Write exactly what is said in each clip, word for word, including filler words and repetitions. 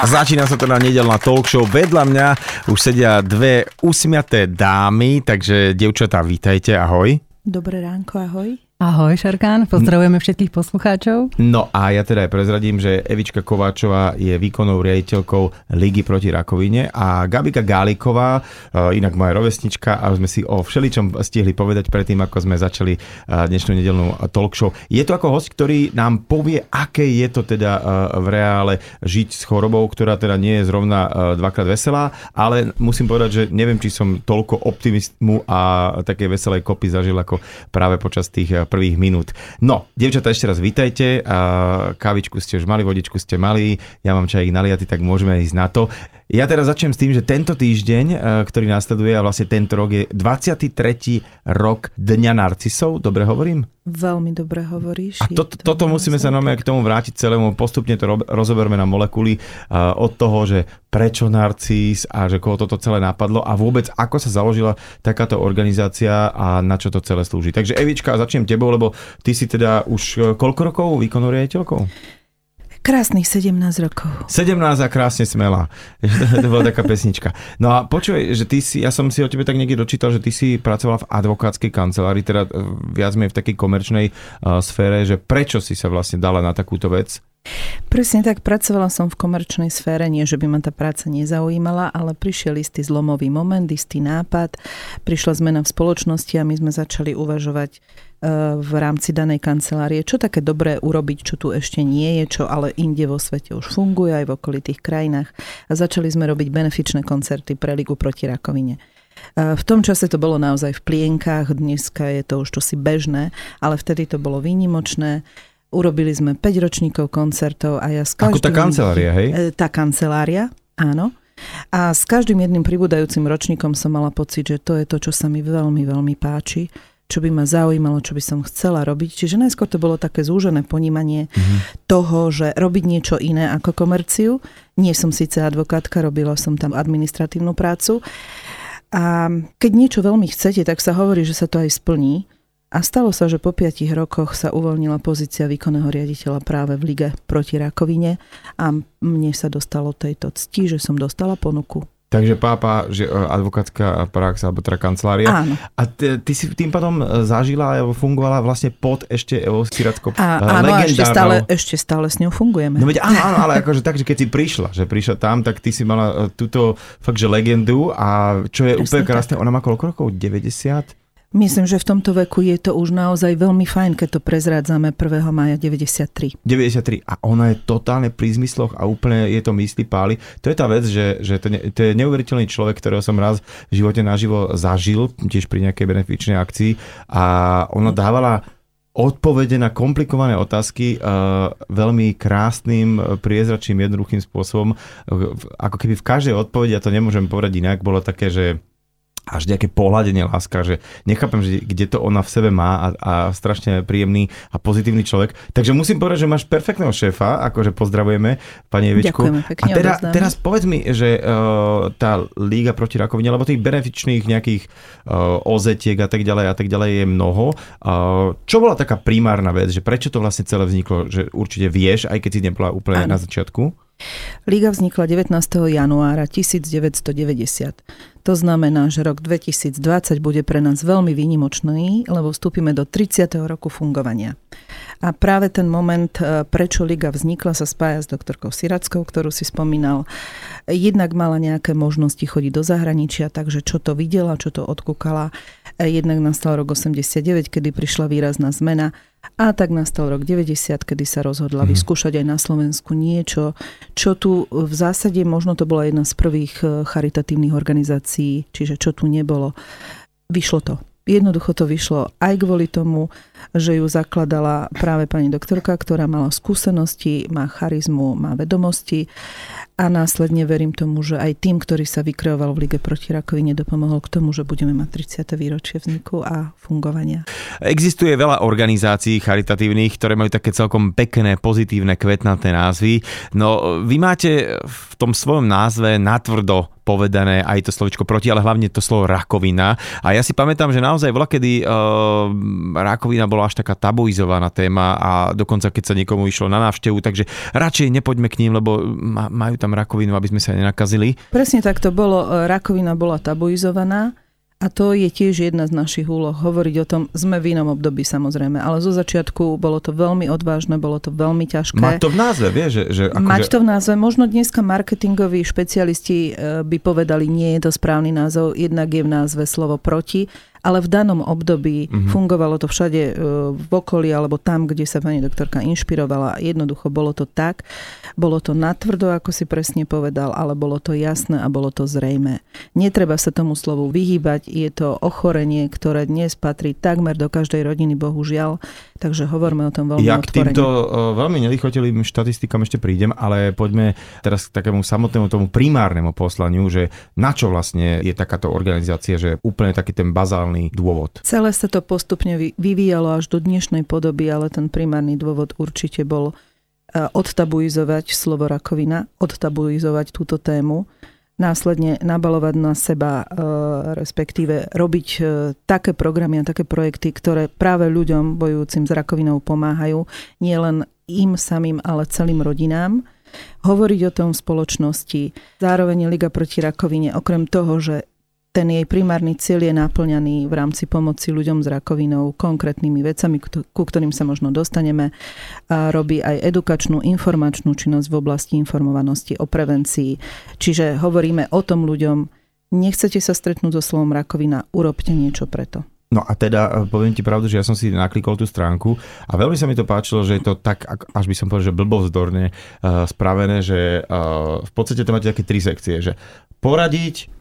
A začína sa teda nedeľná talk show. Vedľa mňa už sedia dve usmiaté dámy, takže dievčatá, vítajte, ahoj. Dobré ránko, ahoj. Ahoj Šarkán, pozdravujeme všetkých poslucháčov. No a ja teda aj prezradím, že Evička Kováčová je výkonnou riaditeľkou Ligy proti rakovine a Gabika Gáliková, inak moja rovesnička, a sme si o všeličom stihli povedať predtým, ako sme začali dnešnú nedeľnú talk show. Je to ako host, ktorý nám povie, aké je to teda v reále žiť s chorobou, ktorá teda nie je zrovna dvakrát veselá, ale musím povedať, že neviem, či som toľko optimizmu a také veselej kopy zažil ako práve počas tých prvých minút. No, dievčatá, ešte raz vítajte. Kávičku ste už mali, vodičku ste mali, ja mám čajík naliatý, tak môžeme ísť na to. Ja teraz začnem s tým, že tento týždeň, ktorý nasleduje, a vlastne tento rok je dvadsiaty tretí rok Dňa narcisov. Dobre hovorím? Veľmi dobre hovoríš. A to, to, toto musíme sa normálne k tomu vrátiť celému. Postupne to rozoberme na molekuly od toho, že prečo narcis a že koho toto celé napadlo a vôbec ako sa založila takáto organizácia a na čo to celé slúži. Takže Evička, začnem tebou, lebo ty si teda už koľko rokov výkonnou riaditeľkou? Krásnych sedemnásť rokov. sedemnásť a krásne smelá. To bola taká pesnička. No a počuj, že ty si, ja som si o tebe tak niekde dočítal, že ty si pracovala v advokátskej kancelárii, teda viac menej v takej komerčnej uh, sfére, že prečo si sa vlastne dala na takúto vec? Presne tak, pracovala som v komerčnej sfére, nie že by ma tá práca nezaujímala, ale prišiel istý zlomový moment, istý nápad, prišla zmena v spoločnosti a my sme začali uvažovať v rámci danej kancelárie, čo také dobré urobiť, čo tu ešte nie je, čo ale inde vo svete už funguje aj v okolitých krajinách. A začali sme robiť benefičné koncerty pre Ligu proti rakovine. V tom čase to bolo naozaj v plienkách, dneska je to už čosi bežné, ale vtedy to bolo výnimočné. Urobili sme päť ročníkov koncertov a ja s každým... Ako tá kancelária, hej? Tá kancelária, áno. A s každým jedným pribúdajúcim ročníkom som mala pocit, že to je to, čo sa mi veľmi, veľmi páči, čo by ma zaujímalo, čo by som chcela robiť. Čiže najskôr to bolo také zúžené ponímanie mm-hmm. toho, že robiť niečo iné ako komerciu. Nie som síce advokátka, robila som tam administratívnu prácu. A keď niečo veľmi chcete, tak sa hovorí, že sa to aj splní. A stalo sa, že po piatich rokoch sa uvoľnila pozícia výkonného riaditeľa práve v Lige proti rakovine a mne sa dostalo tejto cti, že som dostala ponuku. Takže pápa, že advokátska prax alebo teda kancelária. Áno. A ty, ty si tým pádom zažila alebo fungovala vlastne pod ešte Evou Sirackou legendárnou. Áno, a ešte stále, ešte stále s ňou fungujeme. No veď áno, áno, ale akože tak, že keď si prišla, že prišla tam, tak ty si mala túto fakt, že legendu a čo je Presne úplne krásne, ona má koľko rokov? deväťdesiat? Myslím, že v tomto veku je to už naozaj veľmi fajn, keď to prezrádzame prvého mája deväťdesiattri. deväťdesiattri a ona je totálne pri zmysloch a úplne je to mysli páli. To je tá vec, že, že to, ne, to je neuveriteľný človek, ktorého som raz v živote naživo zažil, tiež pri nejakej benefičnej akcii a ona dávala odpovede na komplikované otázky uh, veľmi krásnym, priezračným, jednoduchým spôsobom. Ako keby v každej odpovedi, ja to nemôžem povedať inak, bolo také, že až nejaké pohľadenie láska, že nechápem, že kde to ona v sebe má a, a strašne príjemný a pozitívny človek. Takže musím povedať, že máš perfektného šéfa, akože pozdravujeme, pani Evičku. Ďakujeme, pekne a teda, teraz povedz mi, že uh, tá Liga proti rakovine, alebo tých benefičných nejakých uh, ozetiek a tak ďalej a tak ďalej je mnoho. Uh, čo bola taká primárna vec, že prečo to vlastne celé vzniklo, že určite vieš, aj keď si nebola úplne Áno. na začiatku? Liga vznikla devätnásteho januára devätnásťstodeväťdesiat. To znamená, že rok dvetisícdvadsať bude pre nás veľmi výnimočný, lebo vstúpime do tridsiateho roku fungovania. A práve ten moment, prečo Liga vznikla, sa spája s doktorkou Sirackou, ktorú si spomínal. Jednak mala nejaké možnosti chodiť do zahraničia, takže čo to videla, čo to odkúkala. Jednak nastal rok osemdesiatdeväť, kedy prišla výrazná zmena. A tak nastal rok deväťdesiat, kedy sa rozhodla vyskúšať aj na Slovensku niečo, čo tu v zásade, možno to bola jedna z prvých charitatívnych organizácií, čiže čo tu nebolo. Vyšlo to. Jednoducho to vyšlo aj kvôli tomu, že ju zakladala práve pani doktorka, ktorá mala skúsenosti, má charizmu, má vedomosti a následne verím tomu, že aj tým, ktorý sa vykreoval v Lige proti rakovine, dopomohol k tomu, že budeme mať tridsiate výročie vzniku a fungovania. Existuje veľa organizácií charitatívnych, ktoré majú také celkom pekné, pozitívne, kvetnaté názvy. No vy máte v tom svojom názve natvrdo povedané aj to slovičko proti, ale hlavne to slovo rakovina. A ja si pamätám, že naozaj voľakedy uh, rakovina bola až taká tabuizovaná téma a dokonca keď sa niekomu išlo na návštevu, takže radšej nepoďme k ním, lebo majú tam rakovinu, aby sme sa nenakazili. Presne tak to bolo. Rakovina bola tabuizovaná. A to je tiež jedna z našich úloh, hovoriť o tom, sme v inom období samozrejme, ale zo začiatku bolo to veľmi odvážne, bolo to veľmi ťažké. Mať to v názve, vieš? Že, že ako Mať že... to v názve, možno dneska marketingoví špecialisti by povedali, nie je to správny názov, jednak je v názve slovo proti, ale v danom období mm-hmm. fungovalo to všade v okolí alebo tam, kde sa pani doktorka inšpirovala. Jednoducho bolo to tak, bolo to natvrdo, ako si presne povedal, ale bolo to jasné a bolo to zrejmé. Netreba sa tomu slovu vyhýbať, je to ochorenie, ktoré dnes patrí takmer do každej rodiny, bohužiaľ, takže hovorme o tom veľmi ja otvorene. Ja k týmto veľmi nelichotilým štatistikám ešte prídem, ale poďme teraz k takému samotnému tomu primárnemu poslaniu, že na čo vlastne je takáto organizácia, že úplne taký ten bazálny dôvod. Celé sa to postupne vyvíjalo až do dnešnej podoby, ale ten primárny dôvod určite bol odtabuizovať slovo rakovina, odtabuizovať túto tému, následne nabalovať na seba, respektíve robiť také programy a také projekty, ktoré práve ľuďom bojujúcim s rakovinou pomáhajú, nielen im samým, ale celým rodinám. Hovoriť o tom v spoločnosti. Zároveň Liga proti rakovine, okrem toho, že ten jej primárny cieľ je naplňaný v rámci pomoci ľuďom s rakovinou konkrétnymi vecami, ku ktorým sa možno dostaneme. A robí aj edukačnú, informačnú činnosť v oblasti informovanosti o prevencii. Čiže hovoríme o tom ľuďom, nechcete sa stretnúť so slovom rakovina, urobte niečo preto. No a teda poviem ti pravdu, že ja som si naklikol tú stránku a veľmi sa mi to páčilo, že je to tak, až by som povedal, že blbovzdorne uh, spravené, že uh, v podstate to máte také tri sekcie, že poradiť,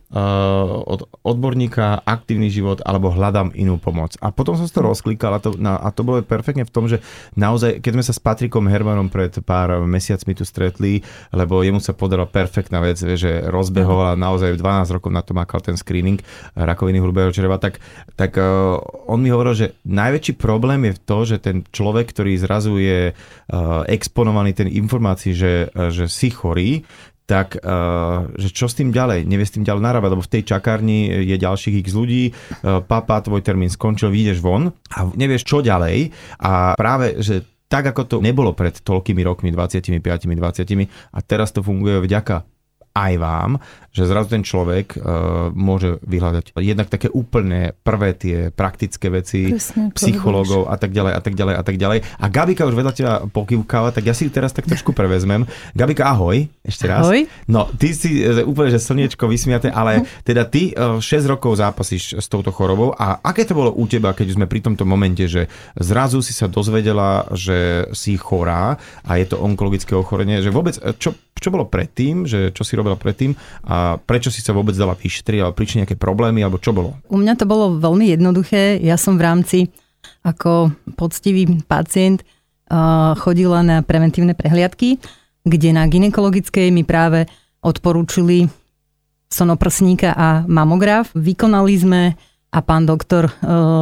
od odborníka, aktívny život alebo hľadám inú pomoc. A potom som si to rozklikal a to, a to bolo perfektne v tom, že naozaj, keď sme sa s Patrikom Hermanom pred pár mesiacmi tu stretli, lebo jemu sa podarila perfektná vec, že rozbehol a naozaj dvanásť rokov na to makal ten screening rakoviny hrubého čreva, tak, tak on mi hovoril, že najväčší problém je v to, že ten človek, ktorý zrazu je exponovaný ten informácií, že, že si chorý, tak že čo s tým ďalej? Nevie s tým ďalej narábať, lebo v tej čakárni je ďalších x ľudí, papa, tvoj termín skončil, vyjdeš von a nevieš čo ďalej a práve, že tak ako to nebolo pred toľkými rokmi, dvadsaťpäť, dvadsať a teraz to funguje vďaka aj vám, že zrazu ten človek uh, môže vyhľadať jednak také úplne prvé tie praktické veci, presne, psychológov a tak ďalej a tak ďalej a tak ďalej. A Gabika už vedľa teba pokývkáva, tak ja si ju teraz tak trošku prevezmem. Gabika, ahoj, ešte raz. Ahoj. No, ty si úplne, že slniečko vysmiate, ale teda ty uh, šesť rokov zápasíš s touto chorobou a aké to bolo u teba, keď sme pri tomto momente, že zrazu si sa dozvedela, že si chorá a je to onkologické ochorenie, že vôbec, čo, čo bolo predtým, že čo si robila predtým a prečo si sa vôbec dala vyšetriť, alebo prišli nejaké problémy, alebo čo bolo? U mňa to bolo veľmi jednoduché. Ja som v rámci ako poctivý pacient chodila na preventívne prehliadky, kde na gynekologickej mi práve odporúčili sonoprsníka a mamograf. Vykonali sme a pán doktor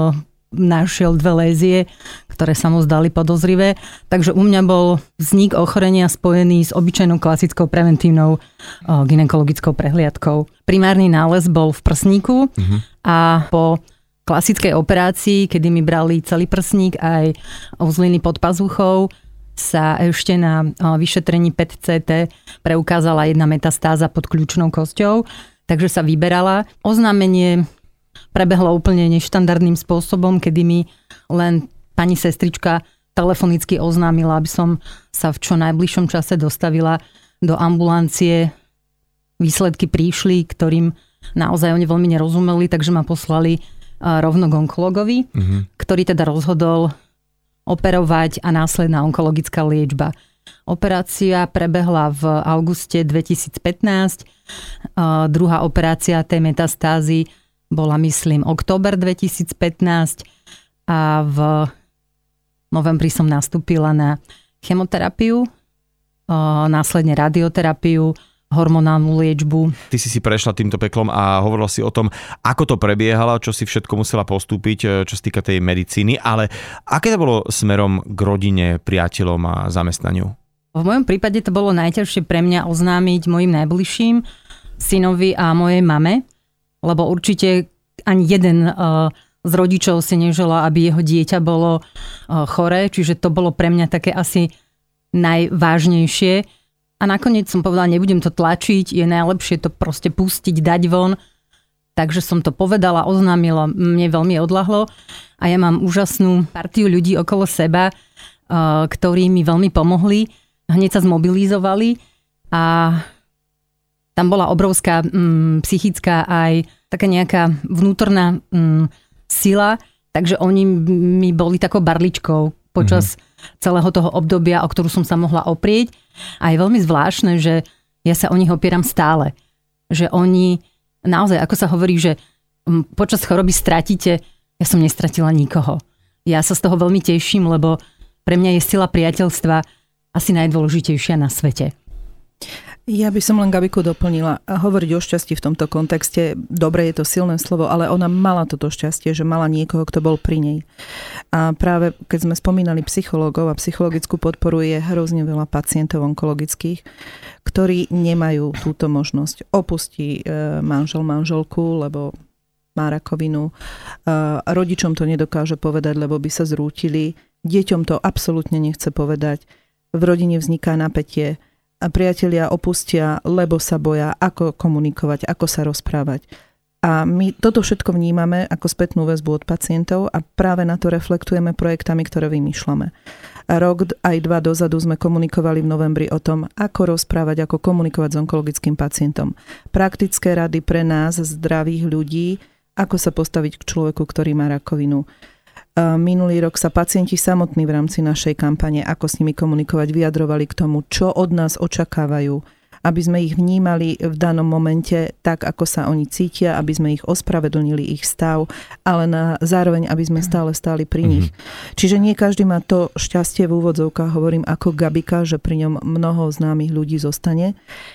našiel dve lézie, ktoré sa mu zdali podozrivé. Takže u mňa bol vznik ochorenia spojený s obyčajnou klasickou preventívnou gynekologickou prehliadkou. Primárny nález bol v prsníku uh-huh. a po klasickej operácii, kedy mi brali celý prsník aj uzliny pod pazuchou, sa ešte na vyšetrení pé é té cé té preukázala jedna metastáza pod kľúčnou kosťou, takže sa vyberala. Oznámenie prebehlo úplne neštandardným spôsobom, kedy mi len pani sestrička telefonicky oznámila, aby som sa v čo najbližšom čase dostavila do ambulancie. Výsledky prišli, ktorým naozaj oni veľmi nerozumeli, takže ma poslali rovno k onkologovi, uh-huh. ktorý teda rozhodol operovať a následná onkologická liečba. Operácia prebehla v auguste dvetisícpätnásť. Druhá operácia tej metastázy bola, myslím, október dvetisícpätnásť a v novembri som nastúpila na chemoterapiu, následne radioterapiu, hormonálnu liečbu. Ty si si prešla týmto peklom a hovorila si o tom, ako to prebiehalo, čo si všetko musela postúpiť, čo sa týka tej medicíny, ale aké to bolo smerom k rodine, priateľom a zamestnaniu? V mojom prípade to bolo najťažšie pre mňa oznámiť mojim najbližším, synovi a mojej mame, lebo určite ani jeden uh, z rodičov si neželá, aby jeho dieťa bolo uh, choré, čiže to bolo pre mňa také asi najvážnejšie. A nakoniec som povedala, nebudem to tlačiť, je najlepšie to proste pustiť, dať von. Takže som to povedala, oznámila, mne veľmi odľahlo a ja mám úžasnú partiu ľudí okolo seba, ktorí mi veľmi pomohli. Hneď sa zmobilizovali a tam bola obrovská mm, psychická aj taká nejaká vnútorná mm, sila, takže oni mi boli takou barličkou počas mm-hmm. celého toho obdobia, o ktorú som sa mohla oprieť. A je veľmi zvláštne, že ja sa o nich opieram stále. Že oni, naozaj, ako sa hovorí, že počas choroby stratíte, ja som nestratila nikoho. Ja sa z toho veľmi teším, lebo pre mňa je sila priateľstva asi najdôležitejšia na svete. Ja by som len Gabiku doplnila. A hovoriť o šťastí v tomto kontexte, dobre, je to silné slovo, ale ona mala toto šťastie, že mala niekoho, kto bol pri nej. A práve keď sme spomínali psychológov a psychologickú podporu, je hrozne veľa pacientov onkologických, ktorí nemajú túto možnosť. Opustí manžel manželku, lebo má rakovinu. Rodičom to nedokáže povedať, lebo by sa zrútili. Deťom to absolútne nechce povedať. V rodine vzniká napätie. A priatelia opustia, lebo sa boja, ako komunikovať, ako sa rozprávať. A my toto všetko vnímame ako spätnú väzbu od pacientov a práve na to reflektujeme projektami, ktoré vymýšľame. A rok aj dva dozadu sme komunikovali v novembri o tom, ako rozprávať, ako komunikovať s onkologickým pacientom. Praktické rady pre nás, zdravých ľudí, ako sa postaviť k človeku, ktorý má rakovinu. Minulý rok sa pacienti samotní v rámci našej kampane, ako s nimi komunikovať, vyjadrovali k tomu, čo od nás očakávajú, aby sme ich vnímali v danom momente tak, ako sa oni cítia, aby sme ich ospravedlnili ich stav, ale na, zároveň, aby sme stále stáli pri nich. Mm-hmm. Čiže nie každý má to šťastie v úvodzovkách, hovorím ako Gabika, že pri ňom mnoho známych ľudí zostane.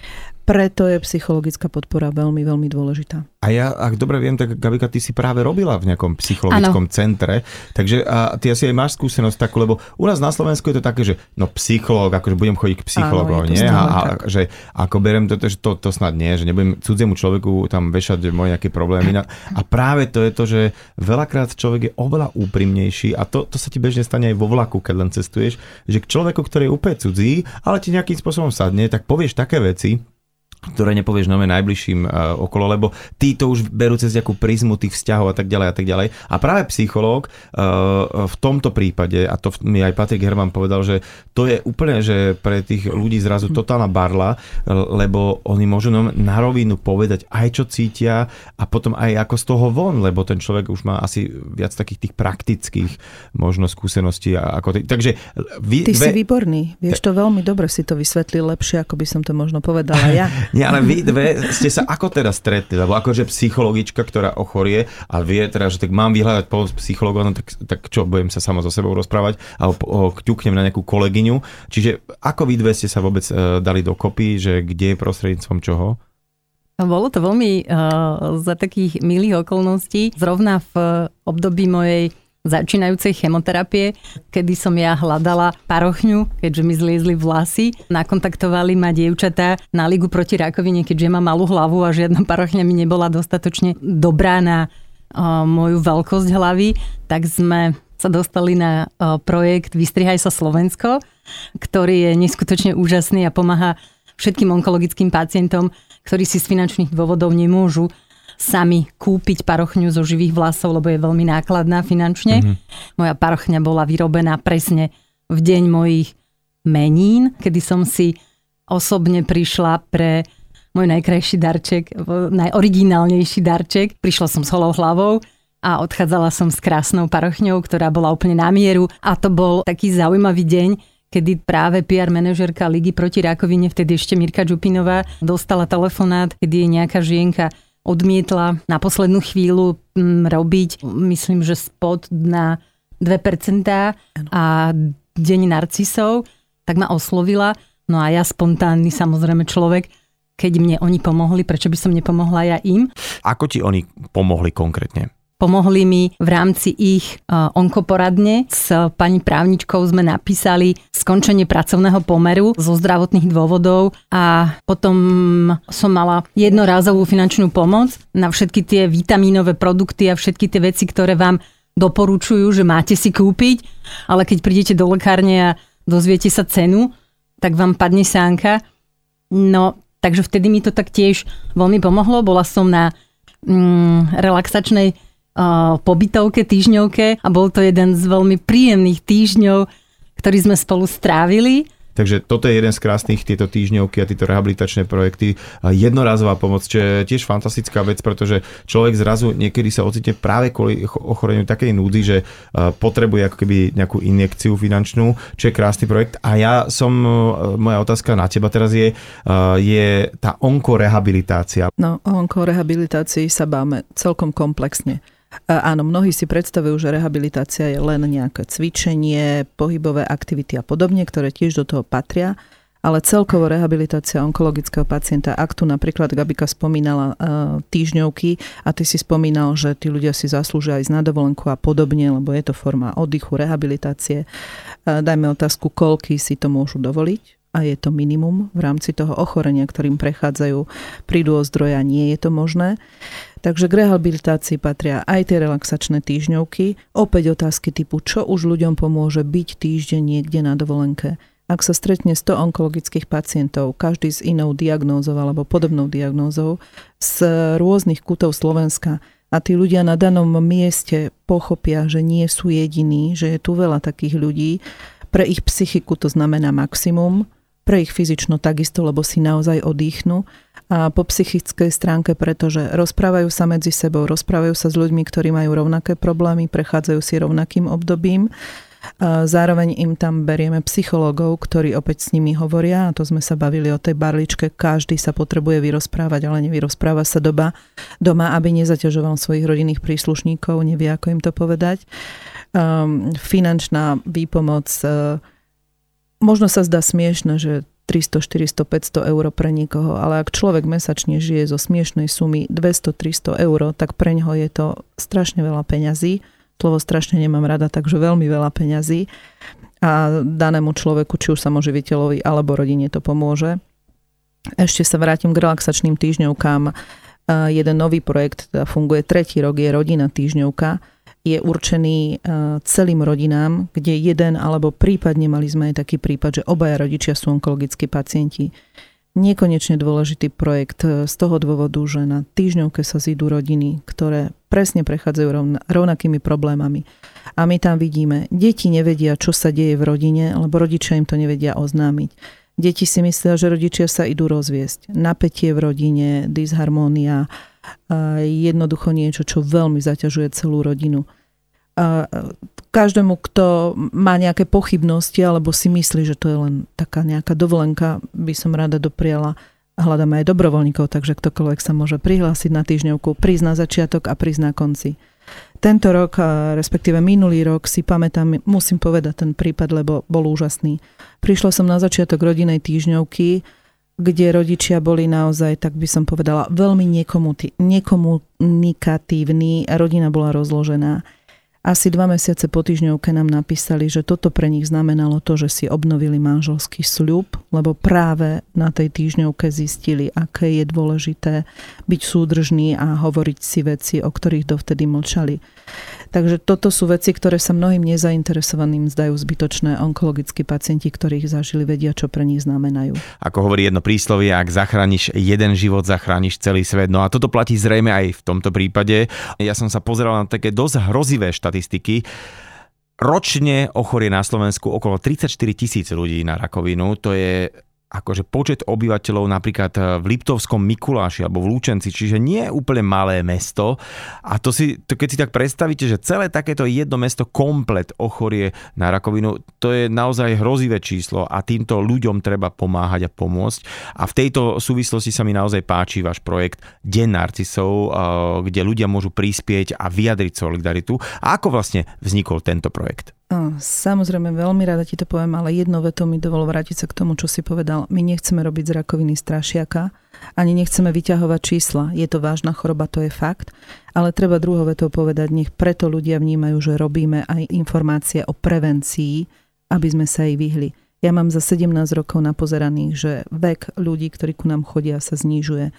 Preto je psychologická podpora veľmi, veľmi dôležitá. A ja, ak dobre viem, tak Gabika, ty si práve robila v nejakom psychologickom ano. centre, takže a ty asi aj máš skúsenosť takú, lebo u nás na Slovensku je to také, že no psychológ, akože budem chodiť k psychológovi, nie? A, a že ako beriem to, že to, to snad nie, že nebudem cudziemu človeku tam vešať moje nejaké problémy. A práve to je to, že veľakrát človek je oveľa úprimnejší a to, to sa ti bežne stane aj vo vlaku, keď len cestuješ, že k človeku, ktorý je úplne cudzí, ale ti nejakým spôsobom sadne, tak povieš také veci, ktoré nepovieš nové najbližším uh, okolo, lebo tí to už berú cez nejakú prizmu tých vzťahov a tak ďalej a tak ďalej. A práve psychológ uh, v tomto prípade, a to mi aj Patrik Herman povedal, že to je úplne, že pre tých ľudí zrazu totálna barla, lebo oni môžu na rovinu povedať aj čo cítia a potom aj ako z toho von, lebo ten človek už má asi viac takých tých praktických možno skúseností. Ako t- takže vy, Ty dve... si výborný, vieš to veľmi dobre, si to vysvetlil lepšie, ako by som to možno povedala ja. Nie, ale vy dve ste sa ako teda stretli? Lebo akože psychologička, ktorá ochorie a vie teda, že tak mám vyhľadať pomoc psychológa, no tak, tak čo, budem sa sama so sebou rozprávať a kťuknem na nejakú kolegyňu. Čiže ako vy dve ste sa vôbec uh, dali dokopy, že kde je prostredníctvom čoho? Bolo to veľmi uh, za takých milých okolností. Zrovna v období mojej začínajúcej chemoterapie, kedy som ja hľadala parochňu, keďže mi zliezli vlasy. Nakontaktovali ma dievčatá na Ligu proti rakovine, keďže mám malú hlavu a žiadna parochňa mi nebola dostatočne dobrá na uh, moju veľkosť hlavy, tak sme sa dostali na uh, projekt Vystrihaj sa Slovensko, ktorý je neskutočne úžasný a pomáha všetkým onkologickým pacientom, ktorí si z finančných dôvodov nemôžu sami kúpiť parochňu zo živých vlasov, lebo je veľmi nákladná finančne. Mm-hmm. Moja parochňa bola vyrobená presne v deň mojich menín, kedy som si osobne prišla pre môj najkrajší darček, najoriginálnejší darček. Prišla som s holou hlavou a odchádzala som s krásnou parochňou, ktorá bola úplne na mieru. A to bol taký zaujímavý deň, kedy práve pé er manažérka Ligy proti rakovine, vtedy ešte Mirka Čupinová, dostala telefonát, kedy je nejaká žienka odmietla na poslednú chvíľu m, robiť, myslím, že spot na dve percentá a deň narcisov, tak ma oslovila. No a ja spontánny samozrejme človek, keď mne oni pomohli, prečo by som nepomohla ja im? Ako ti oni pomohli konkrétne? Pomohli mi v rámci ich uh, onkoporadne. S pani právničkou sme napísali skončenie pracovného pomeru zo zdravotných dôvodov a potom som mala jednorázovú finančnú pomoc na všetky tie vitamínové produkty a všetky tie veci, ktoré vám doporučujú, že máte si kúpiť, ale keď prídete do lekárne a dozviete sa cenu, tak vám padne sánka No, takže vtedy mi to tak tiež veľmi pomohlo. Bola som na mm, relaxačnej uh, pobytovke, týždňovke a bol to jeden z veľmi príjemných týždňov, ktorý sme spolu strávili. Takže toto je jeden z krásnych, tieto týždňovky a tieto rehabilitačné projekty. Jednorázová pomoc, čo je tiež fantastická vec, pretože človek zrazu niekedy sa ocitne práve kvôli ochoreniu takej núdy, že potrebuje ako keby nejakú injekciu finančnú, čo je krásny projekt. A ja som, moja otázka na teba teraz je, je tá onkorehabilitácia. No, o onkorehabilitácii sa báme celkom komplexne. Áno, mnohí si predstavujú, že rehabilitácia je len nejaké cvičenie, pohybové aktivity a podobne, ktoré tiež do toho patria, ale celkovo rehabilitácia onkologického pacienta, ak tu napríklad Gabika spomínala týždňovky a ty si spomínal, že tí ľudia si zaslúžia aj z nadovolenku a podobne, lebo je to forma oddychu, rehabilitácie. Dajme otázku, koľky si to môžu dovoliť. A je to minimum v rámci toho ochorenia, ktorým prechádzajú, prídu o zdroje a nie je to možné. Takže k rehabilitácii patria aj tie relaxačné týždňovky. Opäť otázky typu, čo už ľuďom pomôže byť týždeň niekde na dovolenke. Ak sa stretne sto onkologických pacientov, každý s inou diagnózou alebo podobnou diagnózou z rôznych kútov Slovenska a tí ľudia na danom mieste pochopia, že nie sú jediní, že je tu veľa takých ľudí, pre ich psychiku to znamená maximum, pre ich fyzično takisto, lebo si naozaj oddychnú a po psychickej stránke, pretože rozprávajú sa medzi sebou, rozprávajú sa s ľuďmi, ktorí majú rovnaké problémy, prechádzajú si rovnakým obdobím. A zároveň im tam berieme psychológov, ktorí opäť s nimi hovoria, a to sme sa bavili o tej barličke, každý sa potrebuje vyrozprávať, ale nevyrozpráva sa doba, doma, aby nezaťažoval svojich rodinných príslušníkov, nevie, ako im to povedať. Um, finančná výpomoc, uh, možno sa zdá smiešne, že tristo, štyristo, päťsto eur pre niekoho, ale ak človek mesačne žije zo smiešnej sumy dvesto tristo eur, tak pre ňoho je to strašne veľa peňazí. Slovo strašne nemám rada, takže veľmi veľa peňazí. A danému človeku, či už samoživiteľovi alebo rodine to pomôže. Ešte sa vrátim k relaxačným týždňovkám. Jeden nový projekt, teda funguje tretí rok, je Rodina týždňovka. Je určený celým rodinám, kde jeden alebo prípadne mali sme aj taký prípad, že obaja rodičia sú onkologickí pacienti. Nekonečne dôležitý projekt z toho dôvodu, že na týždňovke sa zídu rodiny, ktoré presne prechádzajú rovna, rovnakými problémami. A my tam vidíme, deti nevedia, čo sa deje v rodine, lebo rodičia im to nevedia oznámiť. Deti si myslia, že rodičia sa idú rozviesť. Napätie v rodine, disharmónia, jednoducho niečo, čo veľmi zaťažuje celú rodinu. A každému, kto má nejaké pochybnosti alebo si myslí, že to je len taká nejaká dovolenka, by som rada dopriala. Hľadáme aj dobrovoľníkov, takže ktokoľvek sa môže prihlásiť na týždňovku, prísť na začiatok a prísť na konci. Tento rok, respektíve minulý rok, si pamätám, musím povedať ten prípad, lebo bol úžasný. Prišla som na začiatok rodinej týždňovky, kde rodičia boli naozaj, tak by som povedala, veľmi nekomunikatívni. Rodina bola rozložená. Asi dva mesiace po týždňovke nám napísali, že toto pre nich znamenalo to, že si obnovili manželský sľub, lebo práve na tej týždňovke zistili, aké je dôležité byť súdržný a hovoriť si veci, o ktorých dovtedy mlčali. Takže toto sú veci, ktoré sa mnohým nezainteresovaným zdajú zbytočné. Onkologickí pacienti, ktorých zažili, vedia, čo pre nich znamenajú. Ako hovorí jedno príslovie, ak zachrániš jeden život, zachrániš celý svet. No a toto platí zrejme aj v tomto prípade. Ja som sa pozeral na také dosť hrozivé štatistiky. Ročne ochorie na Slovensku okolo tridsaťštyri tisíc ľudí na rakovinu. To je akože počet obyvateľov napríklad v Liptovskom Mikuláši alebo v Lúčenci, čiže nie je úplne malé mesto. A to si, to keď si tak predstavíte, že celé takéto jedno mesto komplet ochorie na rakovinu, to je naozaj hrozivé číslo a týmto ľuďom treba pomáhať a pomôcť. A v tejto súvislosti sa mi naozaj páči váš projekt Deň narcisov, kde ľudia môžu prispieť a vyjadriť solidaritu. A ako vlastne vznikol tento projekt? Samozrejme, veľmi rada ti to poviem, ale jednou vetou mi dovol vrátiť sa k tomu, čo si povedal. My nechceme robiť z rakoviny strašiaka, ani nechceme vyťahovať čísla. Je to vážna choroba, to je fakt, ale treba druhou vetou povedať, nech preto ľudia vnímajú, že robíme aj informácie o prevencii, aby sme sa jej vyhli. Ja mám za sedemnásť rokov napozeraných, že vek ľudí, ktorí ku nám chodia, sa znižuje.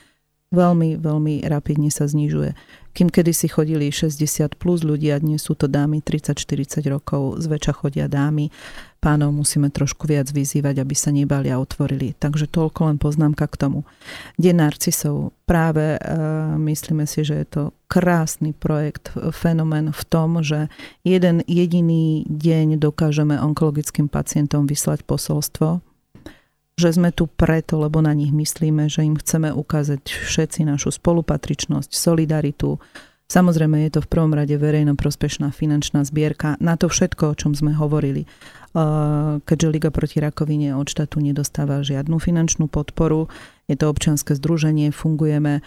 Veľmi, veľmi rapidne sa znižuje. Kým kedysi chodili šesťdesiat plus ľudia, dnes sú to dámy tridsať štyridsať rokov, zväčša chodia dámy. Pánov musíme trošku viac vyzývať, aby sa nebali a otvorili. Takže toľko len poznámka k tomu. Deň narcisov. Práve uh, myslíme si, že je to krásny projekt, fenomén v tom, že jeden jediný deň dokážeme onkologickým pacientom vyslať posolstvo, že sme tu preto, lebo na nich myslíme, že im chceme ukázať všetci našu spolupatričnosť, solidaritu. Samozrejme je to v prvom rade verejnoprospešná finančná zbierka na to všetko, o čom sme hovorili. Keďže Liga proti rakovine od štátu nedostáva žiadnu finančnú podporu, je to občianske združenie, fungujeme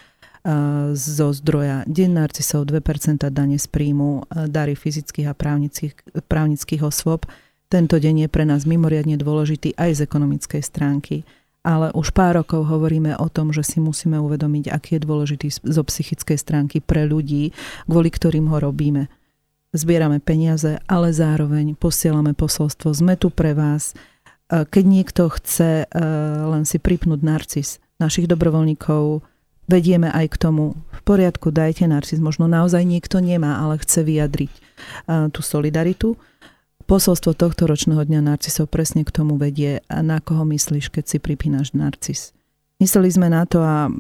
zo zdroja Deň narcisov, dve percentá dane z príjmu, dary fyzických a právnických, právnických osôb. Tento deň je pre nás mimoriadne dôležitý aj z ekonomickej stránky, ale už pár rokov hovoríme o tom, že si musíme uvedomiť, aký je dôležitý zo psychickej stránky pre ľudí, kvôli ktorým ho robíme. Zbierame peniaze, ale zároveň posielame posolstvo. Sme tu pre vás. Keď niekto chce len si pripnúť narcis, našich dobrovoľníkov vedieme aj k tomu, v poriadku, dajte narcis. Možno naozaj niekto nemá, ale chce vyjadriť tú solidaritu. Posolstvo tohto ročného dňa narcisov presne k tomu vedie, a na koho myslíš, keď si pripínaš narcis. Mysleli sme na to a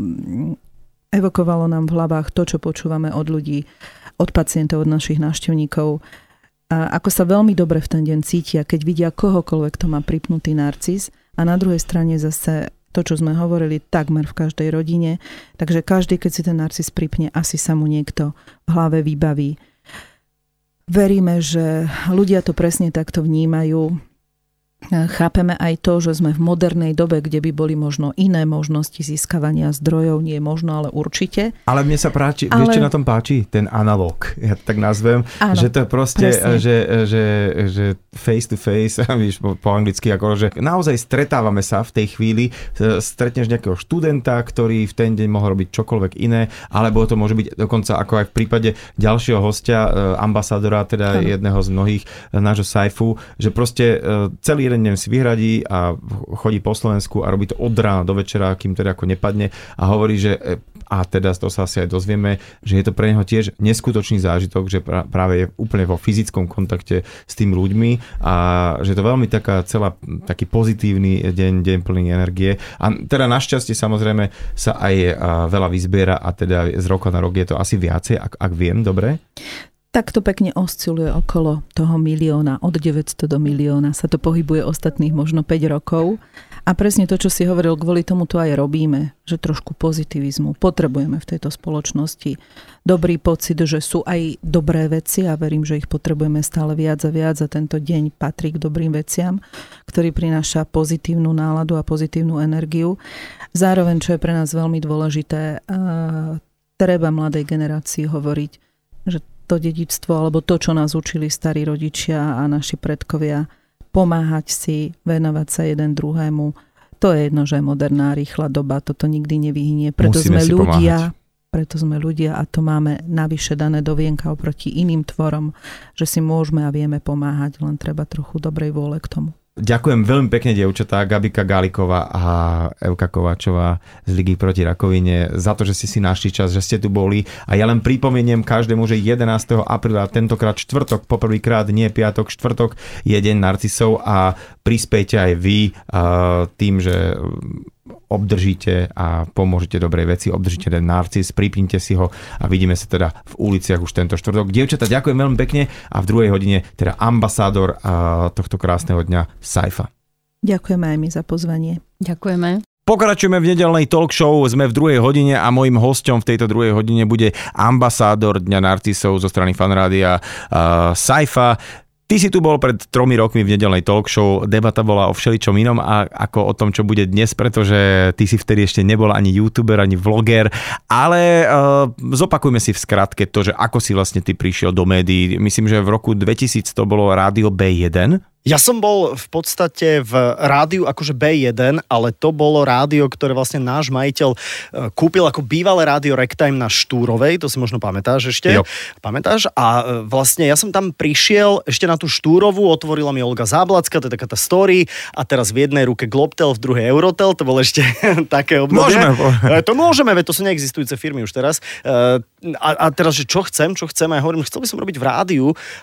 evokovalo nám v hlavách to, čo počúvame od ľudí, od pacientov, od našich návštevníkov. A ako sa veľmi dobre v ten deň cítia, keď vidia kohokoľvek, kto má pripnutý narcis. A na druhej strane zase to, čo sme hovorili, takmer v každej rodine. Takže každý, keď si ten narcis pripne, asi sa mu niekto v hlave vybaví. Veríme, že ľudia to presne takto vnímajú. Chápeme aj to, že sme v modernej dobe, kde by boli možno iné možnosti získavania zdrojov. Nie je možno, ale určite. Ale mne sa páči, ale... vieš, čo na tom páči? Ten analóg, ja tak nazvem. Áno, že to je proste, že, že, že face to face, víš, po, po anglicky, ako, že naozaj stretávame sa v tej chvíli, stretneš nejakého študenta, ktorý v ten deň mohol robiť čokoľvek iné, alebo to môže byť dokonca ako aj v prípade ďalšieho hostia, ambasádora, teda áno. jedného z mnohých, nášho Saifu, že proste celý jeden deň si vyhradí a chodí po Slovensku a robí to od rána do večera, kým teda ako nepadne a hovorí, že a teda to sa asi aj dozvieme, že je to pre neho tiež neskutočný zážitok, že práve je úplne vo fyzickom kontakte s tými ľuďmi a že to veľmi taká celá, taký pozitívny deň, deň plný energie. A teda našťastie samozrejme sa aj veľa vyzbiera a teda z roka na rok je to asi viacej, ak, ak viem, dobre? Takto pekne osciluje okolo toho milióna, od deväťsto do milióna sa to pohybuje ostatných možno päť rokov. A presne to, čo si hovoril, kvôli tomu to aj robíme, že trošku pozitivizmu potrebujeme v tejto spoločnosti. Dobrý pocit, že sú aj dobré veci a verím, že ich potrebujeme stále viac a viac a tento deň patrí k dobrým veciam, ktorý prináša pozitívnu náladu a pozitívnu energiu. Zároveň, čo je pre nás veľmi dôležité, treba mladej generácii hovoriť, že to dedičstvo, alebo to, čo nás učili starí rodičia a naši predkovia, pomáhať si, venovať sa jeden druhému. To je jedno, že je moderná, rýchla doba, toto nikdy nevyhynie. Preto Musíme sme ľudia, pomáhať. preto sme ľudia a to máme navyše dané do vienka oproti iným tvorom, že si môžeme a vieme pomáhať, len treba trochu dobrej vôle k tomu. Ďakujem veľmi pekne, dievčatá, Gabika Gáliková a Evka Kováčová z Ligy proti rakovine za to, že ste si našli čas, že ste tu boli. A ja len pripomeniem každému, že jedenásteho apríla, tentokrát štvrtok, poprvýkrát, nie piatok, štvrtok, je deň narcisov a prispejte aj vy tým, že obdržíte a pomôžete dobrej veci, obdržíte ten narcis, pripnite si ho a vidíme sa teda v uliciach už tento štvrtok. Dievčatá, ďakujem veľmi pekne a v druhej hodine teda ambasádor tohto krásneho dňa Saifa. Ďakujeme aj my za pozvanie. Ďakujeme. Pokračujeme v nedeľnej talk show, sme v druhej hodine a mojím hosťom v tejto druhej hodine bude ambasádor Dňa narcisov zo strany Fanrádia uh, Saifa. Ty si tu bol pred tromi rokmi v nedeľnej talk show, debata bola o všeličom inom a ako o tom, čo bude dnes, pretože ty si vtedy ešte nebol ani youtuber, ani vloger, ale uh, zopakujme si v skratke to, že ako si vlastne ty prišiel do médií. Myslím, že v roku dvetisíc to bolo Rádio bé jeden. Ja som bol v podstate v rádiu akože bé jeden, ale to bolo rádio, ktoré vlastne náš majiteľ kúpil ako bývalé rádio Ragtime na Štúrovej, to si možno pamätáš ešte. Jo. Pamätáš? A vlastne ja som tam prišiel ešte na tú Štúrovú, otvorila mi Olga Záblacka, to je taká tá story, a teraz v jednej ruke Globtel, v druhej Eurotel, to bolo ešte také obdobie. Môžeme. To môžeme, veď to sú neexistujúce firmy už teraz. A, a teraz, že čo chcem, čo chcem, a ja hovorím, chcel by som robiť v rádiu.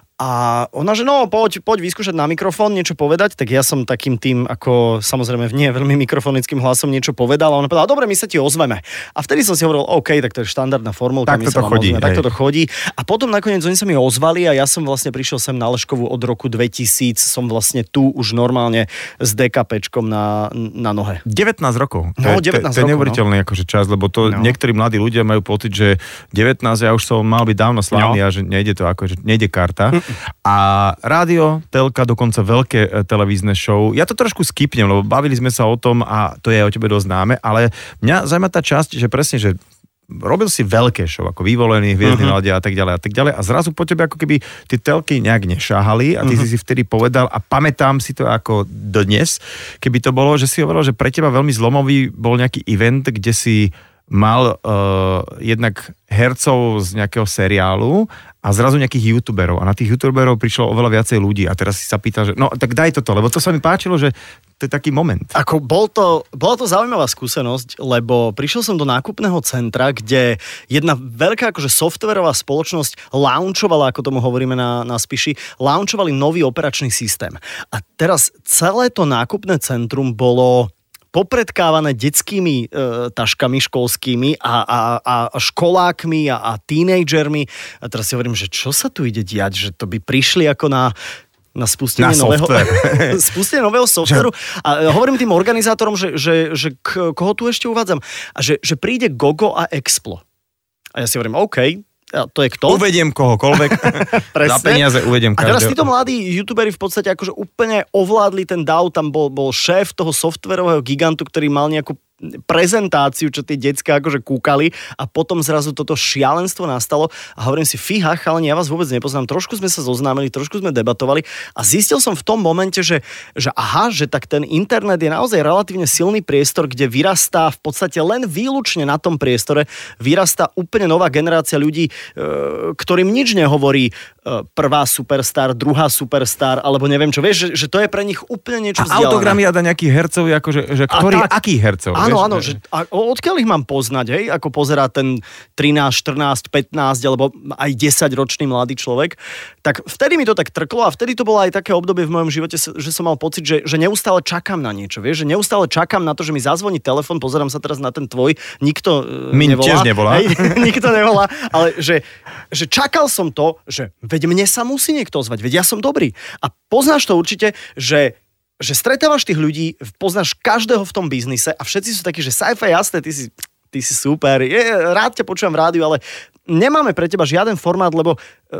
A ona, že no, poď, poď vyskúšať na mikrofón, niečo povedať, tak ja som takým tým, ako samozrejme nie veľmi mikrofonickým hlasom niečo povedal, a ona povedala, dobre, my sa ti ozveme. A vtedy som si hovoril, OK, tak to je štandardná formulka, tak my to sa chodí, tak to chodí. A potom nakoniec oni sa mi ozvali a ja som vlastne prišiel sem na Leškovú od roku dvetisíc, som vlastne tu už normálne s DKPčkom na, na nohe. devätnásť rokov. To No, je, devätnásť to je rokov, neuveriteľný no. akože čas, lebo to no. niektorí mladí ľudia majú pocit, že devätnásť, ja už som mal byť dávno slávny no. a že nejde to akože, nejde karta. A rádio, telka, dokonca veľké televízne show. Ja to trošku skipnem, lebo bavili sme sa o tom a to je o tebe dosť známe, ale mňa zaujíma tá časť, že presne, že robil si veľké show, ako Vyvolený, Hviezdny uh-huh. ľadia a tak ďalej a tak ďalej a zrazu po tebe ako keby tie telky nejak nešáhali a ty uh-huh. si si vtedy povedal a pamätám si to ako dodnes, keby to bolo, že si hovoril, že pre teba veľmi zlomový bol nejaký event, kde si mal uh, jednak hercov z nejakého seriálu a zrazu nejakých youtuberov a na tých youtuberov prišlo oveľa viacej ľudí a teraz si sa pýtal, že no tak daj toto, lebo to sa mi páčilo, že to je taký moment. Ako bol to, bola to zaujímavá skúsenosť, lebo prišiel som do nákupného centra, kde jedna veľká akože softverová spoločnosť launchovala, ako tomu hovoríme na, na Spiši, launchovali nový operačný systém. A teraz celé to nákupné centrum bolo popredkávané detskými e, taškami školskými a, a, a školákmi a, a tínedžermi. A teraz si hovorím, že čo sa tu ide diať, že to by prišli ako na na spustenie, na nového, spustenie nového softveru. A hovorím tým organizátorom, že, že, že k, koho tu ešte uvádzam, a že, že príde Gogo a Explo. A ja si hovorím, OK, a to je kto? Uvediem kohokoľvek. Za peniaze uvediem každého. A teraz títo mladí youtuberi v podstate akože úplne ovládli ten dáv, tam bol, bol šéf toho softverového gigantu, ktorý mal nejakú prezentáciu, čo tie decká akože kúkali a potom zrazu toto šialenstvo nastalo a hovorím si, fíha, chalani, ja vás vôbec nepoznám, trošku sme sa zoznámili, trošku sme debatovali a zistil som v tom momente, že, že aha, že tak ten internet je naozaj relatívne silný priestor, kde vyrastá v podstate len výlučne na tom priestore, vyrastá úplne nová generácia ľudí, ktorým nič nehovorí prvá superstar, druhá superstar, alebo neviem čo, vieš, že, že to je pre nich úplne niečo vzdialené. A autogramy a nejakých hercov, akože, že ktorý, akých hercov? Áno, áno, že, a odkiaľ ich mám poznať, hej, ako pozerá ten trinásť, štrnásť, pätnásť alebo aj desaťročný mladý človek, tak vtedy mi to tak trklo a vtedy to bolo aj také obdobie v mojom živote, že som mal pocit, že, že neustále čakám na niečo, vieš, že neustále čakám na to, že mi zazvoní telefon, pozerám sa teraz na ten tvoj, nikto My nevolá. tiež nevolá. Hej, nikto nevolá, ale že, že čakal som to, že veď mne sa musí niekto ozvať, veď ja som dobrý. A poznáš to určite, že že stretávaš tých ľudí, poznáš každého v tom biznise a všetci sú takí, že sci-fi, jasné, ty si, ty si super, je, rád ťa počúvam v rádiu, ale nemáme pre teba žiaden formát, lebo,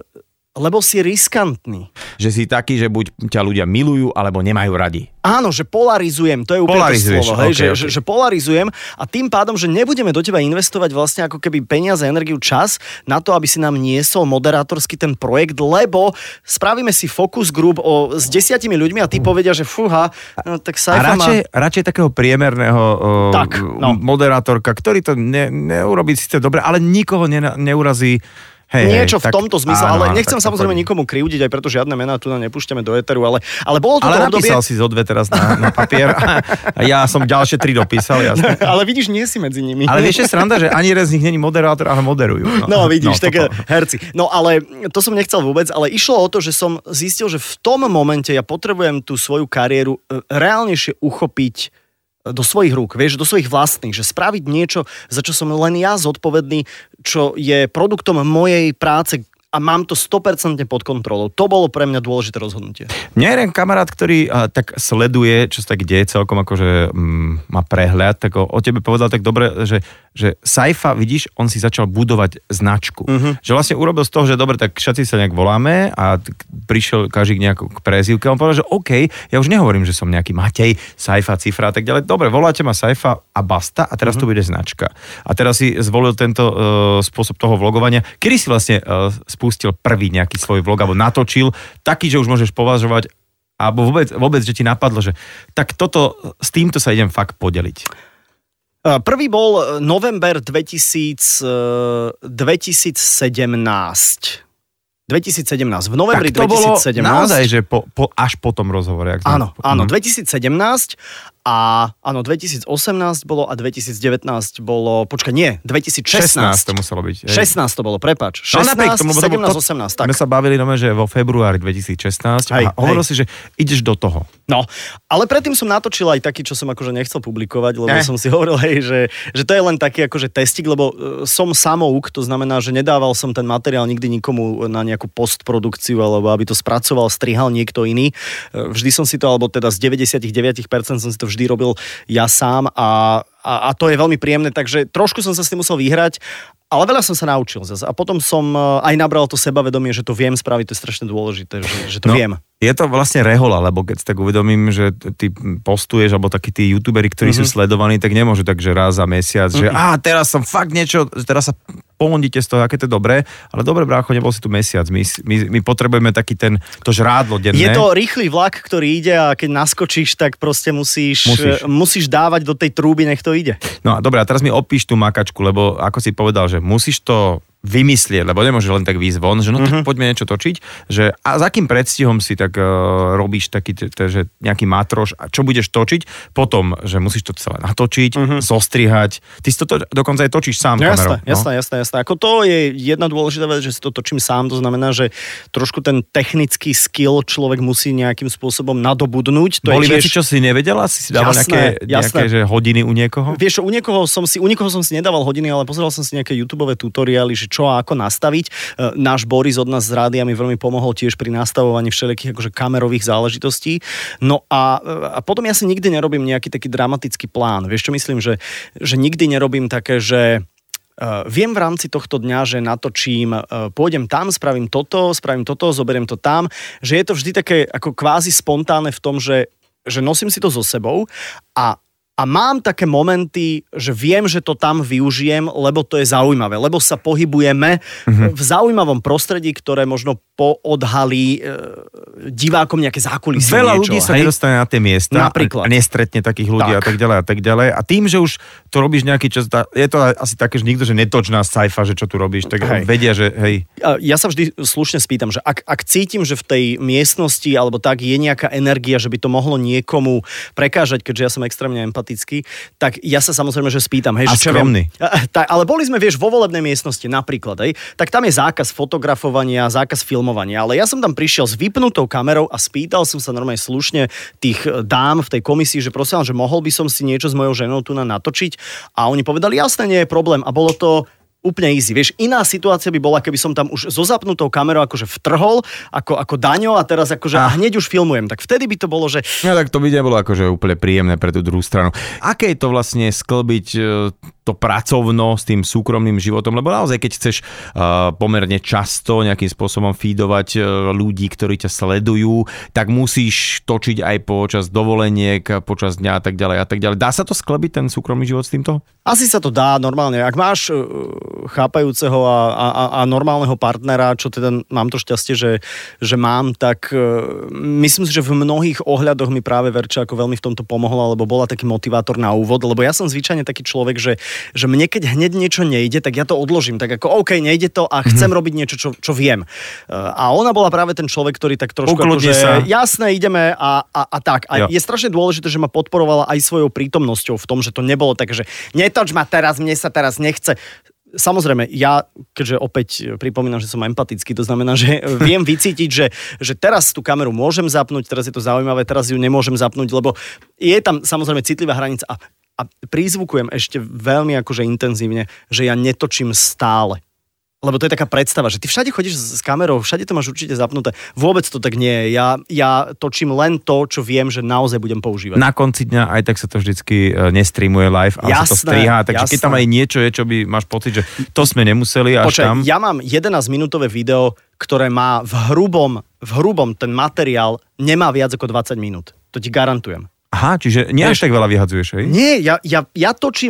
lebo si riskantný. Že si taký, že buď ťa ľudia milujú, alebo nemajú radi. Áno, že polarizujem, to je úplne to slovo, hej, okay, že, okay. Že, že polarizujem a tým pádom, že nebudeme do teba investovať vlastne ako keby peniaze, energiu, čas na to, aby si nám niesol moderátorsky ten projekt, lebo spravíme si focus group o, s desiatimi ľuďmi a tí povedia, že fúha, no, tak sa A radšej, má... radšej takého priemerného o, tak, no. moderátorka, ktorý to ne, neurobí síce dobre, ale nikoho ne, neurazí. Hej, niečo hej, v tomto zmysle, áno, ale áno, nechcem samozrejme chodí. Nikomu krivdiť, aj preto žiadne mená tu nepúšťame do éteru, ale, ale bolo to ale to obdobie... Ale napísal si zo dve teraz na, na papier a ja som ďalšie tri dopísal, jasne. Ale vidíš, nie si medzi nimi. Ale vieš, je sranda, že ani jeden z nich není moderátor, ale moderujú. No, no vidíš, no, tak herci. No ale to som nechcel vôbec, ale išlo o to, že som zistil, že v tom momente ja potrebujem tú svoju kariéru reálnejšie uchopiť do svojich rúk, vieš, do svojich vlastných, že spraviť niečo, za čo som len ja zodpovedný, čo je produktom mojej práce a mám to sto percent pod kontrolou. To bolo pre mňa dôležité rozhodnutie. Mňa jeden kamarát, ktorý a, tak sleduje, čo sa tak deje, celkom akože mm, má prehľad, tak o, o tebe povedal tak dobre, že, že Saifa, vidíš, on si začal budovať značku. Uh-huh. Že vlastne urobil z toho, že dobre, tak všetci sa nejak voláme a t- prišiel každý nejak k prezývke a on povedal, že OK, ja už nehovorím, že som nejaký Matej, Saifa, Cifra a tak ďalej. Dobre, voláte ma Saifa a basta a teraz uh-huh. tu bude značka. A teraz si zvolil tento uh, spôsob toho vlogovania. Kedy si vlastne uh, spustil prvý nejaký svoj vlog, alebo natočil, taký, že už môžeš považovať Alebo vôbec, vôbec, že ti napadlo, že tak toto, s týmto sa idem fakt podeliť? Prvý bol november dvetisíc, dvetisícsedemnásť. dvetisícsedemnásť. V novembri tak to dvetisícsedemnásť. Bolo naozaj, že po, po, až po tom rozhovore. Áno, áno, mm. dvetisícsedemnásť a áno, dvetisícosemnásť bolo a dvetisícdevätnásť bolo, počkaj, nie, dvetisícšestnásť. šestnásť to muselo byť. Hej. šestnásť to bolo, prepáč. šestnásť, šestnásť, tomu, sedemnásť, to, osemnásť, tak. My sa bavili nové, že vo februári dvetisícšestnásť Hej, a hovoril hej. si, že ideš do toho. No, ale predtým som natočil aj taký, čo som akože nechcel publikovať, lebo Eh. som si hovoril, hej, že, že to je len taký akože testik, lebo uh, som samouk, to znamená, že nedával som ten materiál nikdy nikomu na nejakú postprodukciu, alebo aby to spracoval, strihal niekto iný. Uh, vždy som si to, alebo teda z deväťdesiatdeväť percent som si to vždy robil ja sám a, a, a to je veľmi príjemné, takže trošku som sa s tým musel vyhrať, ale veľa som sa naučil zase. A potom som aj nabral to sebavedomie, že to viem spraviť, to je strašne dôležité, že, že to no, viem. Je to vlastne rehola, lebo keď si tak uvedomím, že ty postuješ, alebo takí tí youtuberi, ktorí mm-hmm. sú sledovaní, tak nemôžu tak, že raz za mesiac, mm-hmm. že á, teraz som fakt niečo, teraz sa pomondíte z toho, aké to je dobré, ale dobre, brácho, nebol si tu mesiac. My, my, my potrebujeme taký ten, to žrádlo denné. Je to rýchly vlak, ktorý ide a keď naskočíš, tak proste musíš, musíš. musíš dávať do tej trúby, nech to ide. No a dobre, a teraz mi opíš tú makačku, lebo ako si povedal, že musíš to vymyslieť, lebo nemôžeš len tak výjsť von, že no tak mm-hmm. poďme niečo točiť, že a za akým predstihom si tak uh, robíš taký, t- t- že nejaký matroš a čo budeš točiť, potom, že musíš to celé natočiť, mm-hmm. zostrihať, ty si to to dokonca aj točíš sám no, kamerou. Jasné, no? jasné, jasné, jasné. Ako to je jedna dôležitá vec, že si to točím sám, to znamená, že trošku ten technický skill človek musí nejakým spôsobom nadobudnúť. To Boli je tiež... veci, čo si nevedela? Si si dával jasné, nejaké, nejaké že hodiny u niekoho? Vieš, u niekoho som si, u niekoho som si nedával hodiny, ale pozeral som si nejaké YouTubeové tutoriály, že čo a ako nastaviť. Náš Boris od nás z rádia mi veľmi pomohol tiež pri nastavovaní všelijakých akože kamerových záležitostí. No a, a potom ja si nikdy nerobím nejaký taký dramatický plán. Vieš čo myslím, že, že nikdy nerobím také, že uh, viem v rámci tohto dňa, že natočím, uh, pôjdem tam, spravím toto, spravím toto, zoberiem to tam, že je to vždy také ako kvázi spontánne v tom, že, že nosím si to so sebou a A mám také momenty, že viem, že to tam využijem, lebo to je zaujímavé, lebo sa pohybujeme mm-hmm. v zaujímavom prostredí, ktoré možno poodhalí e, divákom nejaké zákulisie. Veľa niečo, ľudí sa hej? nedostane na tie miesta Napríklad. a nestretne takých ľudí Tak. a tak ďalej a tak ďalej. A tým, že už to robíš nejaký čas, je to asi také, že nikto, že netoč nás sci-fi, že čo tu robíš, tak Hej. vedia, že hej. Ja sa vždy slušne spýtam, že ak, ak cítim, že v tej miestnosti alebo tak je nejaká energia, že by to mohlo niekomu prekážať, keďže ja som extrémne empatický, tak ja sa samozrejme, že spýtam. Hej, A že čo skromný. viem, tak, ale boli sme, vieš, vo volebnej miestnosti napríklad, hej, tak tam je zákaz fotografovania, zákaz filmovania, ale ja som tam prišiel s vypnutou kamerou a spýtal som sa normálne slušne tých dám v tej komisii, že prosím, že mohol by som si niečo s mojou ženou tu na natočiť a oni povedali, jasné, nie je problém a bolo to úplne easy. Vieš, iná situácia by bola, keby som tam už so zapnutou kamerou akože vtrhol, ako, ako Daňo a teraz akože a hneď už filmujem. Tak vtedy by to bolo, že... No tak to by nebolo akože úplne príjemné pre tú druhú stranu. Aké je to vlastne sklbiť to pracovno s tým súkromným životom? Lebo naozaj, keď chceš uh, pomerne často nejakým spôsobom feedovať uh, ľudí, ktorí ťa sledujú, tak musíš točiť aj počas dovoleniek, počas dňa a tak ďalej a tak ďalej. Dá sa to sklbiť, ten súkromný život s týmto? Asi sa to dá normálne. Ak máš uh, chápajúceho a, a, a normálneho partnera, čo teda mám to šťastie, že, že mám, tak uh, myslím si, že v mnohých ohľadoch mi práve Verča ako veľmi v tomto pomohla, lebo bola taký motivátor na úvod, lebo ja som zvyčajne taký človek, že, že mne keď hneď niečo nejde, tak ja to odložím. Tak ako OK, nejde to a chcem mm-hmm. robiť niečo, čo, čo viem. Uh, a ona bola práve ten človek, ktorý tak trošku Ukludni akože, sa. jasné, ideme a, a, a tak. A jo. je strašne dôležité, že ma podporovala aj svojou prítomnosťou v tom, že to nebolo tak, že netoč ma teraz, mne sa teraz nechce. Samozrejme, ja, keďže opäť pripomínam, že som empatický, to znamená, že viem vycítiť, že, že teraz tú kameru môžem zapnúť, teraz je to zaujímavé, teraz ju nemôžem zapnúť, lebo je tam samozrejme citlivá hranica a, a prizvukujem ešte veľmi akože intenzívne, že ja netočím stále. Lebo to je taká predstava, že ty všade chodíš s kamerou, všade to máš určite zapnuté. Vôbec to tak nie je. Ja, ja točím len to, čo viem, že naozaj budem používať. Na konci dňa aj tak sa to vždycky nestreamuje live, ale jasné, sa to strihá. Takže jasné. keď tam aj niečo je, čo by máš pocit, že to sme nemuseli až Počkaj, tam. ja mám jedenásťminútové video, ktoré má v hrubom, v hrubom ten materiál nemá viac ako dvadsať minút. To ti garantujem. Aha, čiže nie až tak veľa vyhadzuješ, hej? Nie, ja, ja, ja točím len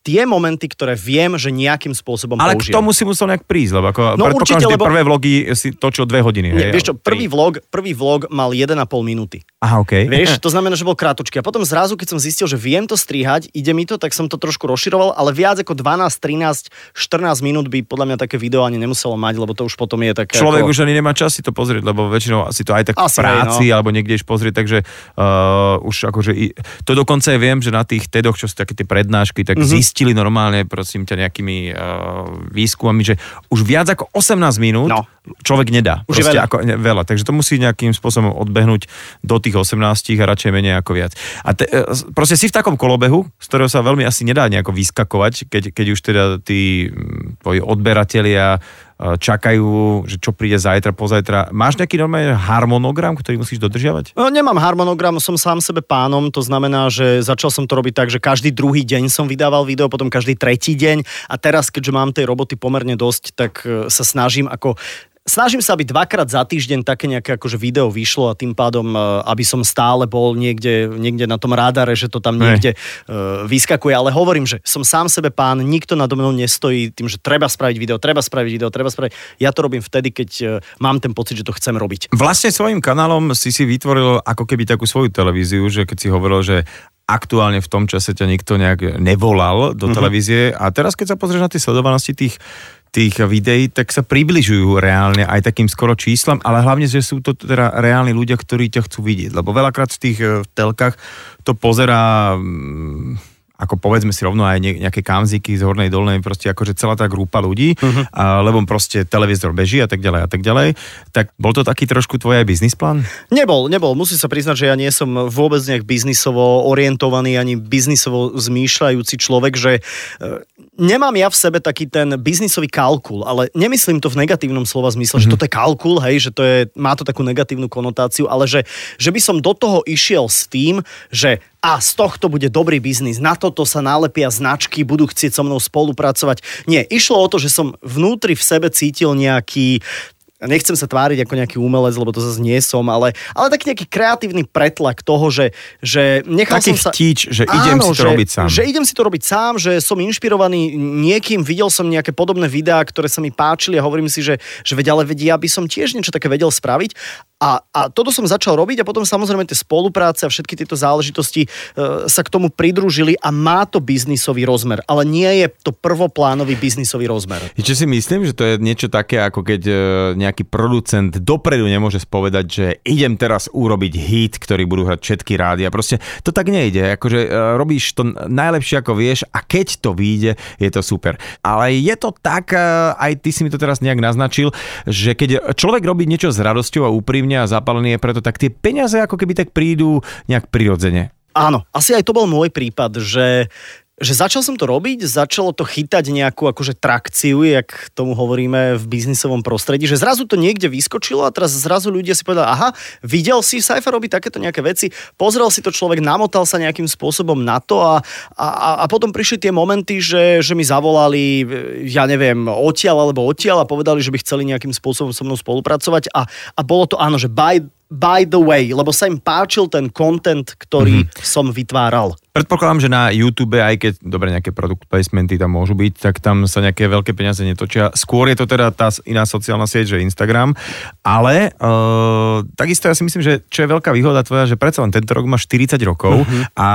tie momenty, ktoré viem, že nejakým spôsobom ale použijem. Ale k tomu si musel nejak prísť, lebo ako no, určite, že lebo... prvé vlogy si točil dve hodiny. Nie, hej, vieš čo, prvý vlog, prvý vlog mal jeden a pol minúty. Aha, okej. Okay. Vieš, to znamená, že bol krátučky. A potom zrazu, keď som zistil, že viem to strihať, ide mi to, tak som to trošku rozširoval, ale viac ako dvanásť, trinásť, štrnásť minút by podľa mňa také video ani nemuselo mať, lebo to už potom je také... Človek ako... už ani nemá čas si to pozrieť, lebo väčšinou si to aj tak Asi v práci, aj, no. alebo niekde iš pozrieť, takže uh, už akože... To dokonca aj viem, že na tých TEDoch, čo sú také tie prednášky, tak mm-hmm. zistili normálne, prosím ťa, nejakými uh, výskumami, že už viac ako osemnásť minút no. človek nedá. Už je veľa. Ako, ne, veľa. Takže to musí nejakým spôsobom odbehnúť do tých osemnásť a radšej menej ako viac. A te, proste si v takom kolobehu, z ktorého sa veľmi asi nedá nejako vyskakovať, keď, keď už teda tí tvoji odberatelia čakajú, že čo príde zajtra, pozajtra. Máš nejaký normálny harmonogram, ktorý musíš dodržiavať? No, nemám harmonogram, som sám sebe pánom, to znamená, že začal som to robiť tak, že každý druhý deň som vydával video, potom každý tretí deň a teraz, keďže mám tej roboty pomerne dosť, tak sa snažím ako Snažím sa, aby dvakrát za týždeň také nejaké akože video vyšlo a tým pádom, aby som stále bol niekde, niekde na tom radare, že to tam niekde uh, vyskakuje. Ale hovorím, že som sám sebe pán, nikto nado mnou nestojí tým, že treba spraviť video, treba spraviť video, treba spraviť. Ja to robím vtedy, keď uh, mám ten pocit, že to chcem robiť. Vlastne svojím kanálom si si vytvoril ako keby takú svoju televíziu, že keď si hovoril, že aktuálne v tom čase ťa nikto nejak nevolal do mm-hmm. televízie a teraz keď sa pozrieš na tie sledovanosti tých tých videí, tak sa približujú reálne aj takým skoro číslam, ale hlavne, že sú to teda reálni ľudia, ktorí ťa chcú vidieť. Lebo veľakrát v tých telkách to pozerá, ako povedzme si rovno aj nejaké kamziky z hornej dolnej, proste akože celá tá grupa ľudí, uh-huh. a, lebo proste televízor beží a tak ďalej a tak ďalej. Tak bol to taký trošku tvoj aj biznis plán? Nebol, nebol. Musím sa priznať, že ja nie som vôbec nejak biznisovo orientovaný ani biznisovo zmýšľajúci človek, že nemám ja v sebe taký ten biznisový kalkul, ale nemyslím to v negatívnom slova zmysle, mm-hmm. že toto je kalkul, hej, že to je, má to takú negatívnu konotáciu, ale že, že by som do toho išiel s tým, že a z tohto bude dobrý biznis, na toto sa nalepia značky, budú chcieť so mnou spolupracovať. Nie, išlo o to, že som vnútri v sebe cítil nejaký, nechcem sa tváriť ako nejaký umelec, lebo to zase nie som, ale, ale taký nejaký kreatívny pretlak toho, že, že nechal taký som sa... vtíč, že idem áno, si to že, robiť sám. Že idem si to robiť sám, že som inšpirovaný niekým, videl som nejaké podobné videá, ktoré sa mi páčili a hovorím si, že, že veď, ale veď, ja by som tiež niečo také vedel spraviť. A, a toto som začal robiť a potom samozrejme tie spolupráce a všetky tieto záležitosti e, sa k tomu pridružili a má to biznisový rozmer, ale nie je to prvoplánový biznisový rozmer. Čiže si myslím, že to je niečo také, ako keď e, nejaký producent dopredu nemôže spovedať, že idem teraz urobiť hit, ktorý budú hrať všetky rádia. Proste to tak nejde. Akože e, robíš to najlepšie, ako vieš a keď to vyjde, je to super. Ale je to tak, e, aj ty si mi to teraz nejak naznačil, že keď človek robí niečo s radosťou a úprimne a zapálený je preto, tak tie peniaze ako keby tak prídu nejak prirodzene. Áno, asi aj to bol môj prípad, že, že začal som to robiť, začalo to chytať nejakú akože trakciu, jak tomu hovoríme v biznisovom prostredí, že zrazu to niekde vyskočilo a teraz zrazu ľudia si povedali, aha, videl si Saifa robiť takéto nejaké veci, pozrel si to človek, namotal sa nejakým spôsobom na to a, a, a potom prišli tie momenty, že, že mi zavolali, ja neviem, odtiaľ alebo odtiaľ a povedali, že by chceli nejakým spôsobom so mnou spolupracovať a, a bolo to áno, že by by the way, lebo sa im páčil ten content, ktorý mm-hmm. som vytváral. Predpokladám, že na YouTube, aj keď, dobre, nejaké product placementy tam môžu byť, tak tam sa nejaké veľké peniaze netočia. Skôr je to teda tá iná sociálna sieť, že Instagram, ale uh, takisto ja si myslím, že čo je veľká výhoda tvoja, že predsa len tento rok máš štyridsať rokov mm-hmm. a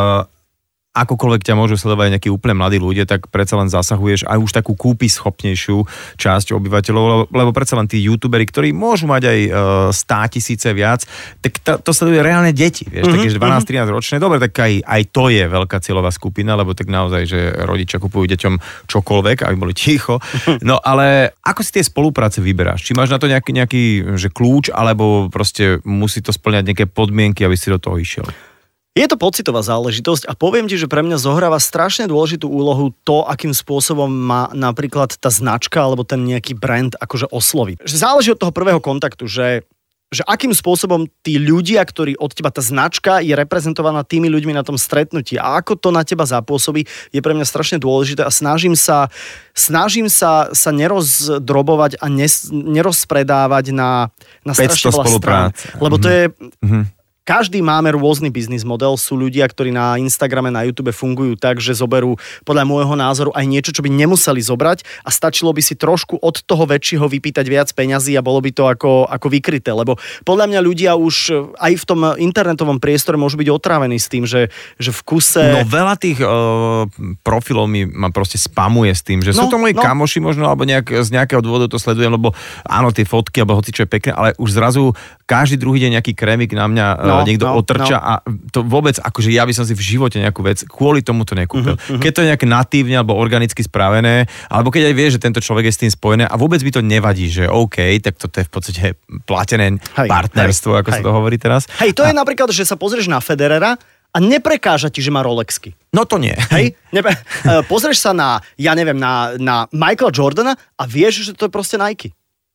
akokoľvek ťa môžu sledovať nejakí úplne mladí ľudia, tak predsa len zasahuješ aj už takú kúpy schopnejšiu časť obyvateľov, lebo, lebo predsa len tí youtuberi, ktorí môžu mať aj sto tisíce viac, tak to, to sledujú reálne deti, vieš, mm-hmm. takže dvanásť trinásť ročné, dobre, tak aj, aj to je veľká cieľová skupina, lebo tak naozaj, že rodičia kupujú deťom čokoľvek, aby boli ticho. No ale ako si tie spolupráce vyberáš? Či máš na to nejaký, nejaký že kľúč, alebo proste musí to spĺňať nejaké podmienky, aby si do toho išiel? Je to pocitová záležitosť a poviem ti, že pre mňa zohráva strašne dôležitú úlohu to, akým spôsobom má napríklad tá značka alebo ten nejaký brand akože osloviť. Záleží od toho prvého kontaktu, že, že akým spôsobom tí ľudia, ktorí od teba, tá značka je reprezentovaná tými ľuďmi na tom stretnutí a ako to na teba zapôsobí, je pre mňa strašne dôležité a snažím sa, snažím sa, sa nerozdrobovať a nes, nerozpredávať na, na strašne veľa strán. Lebo to je... Mm-hmm. každý máme rôzny biznis model. Sú ľudia, ktorí na Instagrame, na YouTube fungujú tak, že zoberú podľa môjho názoru aj niečo, čo by nemuseli zobrať a stačilo by si trošku od toho väčšieho vypýtať viac peňazí a bolo by to ako, ako vykryté. Lebo podľa mňa ľudia už aj v tom internetovom priestore môžu byť otrávení s tým, že, že v kuse... No veľa tých uh, profilov mi ma proste spamuje s tým, že no, sú to moji no. kamoši možno, alebo nejak, z nejakého dôvodu to sledujem, lebo áno, tie fotky, alebo hoci čo je pekné, ale už zrazu každý druhý deň nejaký krémik na mňa no, niekto no, otrča no. a to vôbec, akože ja by som si v živote nejakú vec kvôli tomu to nekúpil. Uh-huh, uh-huh. Keď to je nejaké natívne alebo organicky spravené, alebo keď aj vie, že tento človek je s tým spojené a vôbec by to nevadí, že OK, tak toto je v podstate platené hej, partnerstvo, hej, ako hej. sa to hovorí teraz. Hej, to a... je napríklad, že sa pozrieš na Federera a neprekáža ti, že má Rolexky. No to nie. Hej? Nepre... Pozrieš sa na, ja neviem, na, na Michaela Jordana a vieš, že to je proste Nike.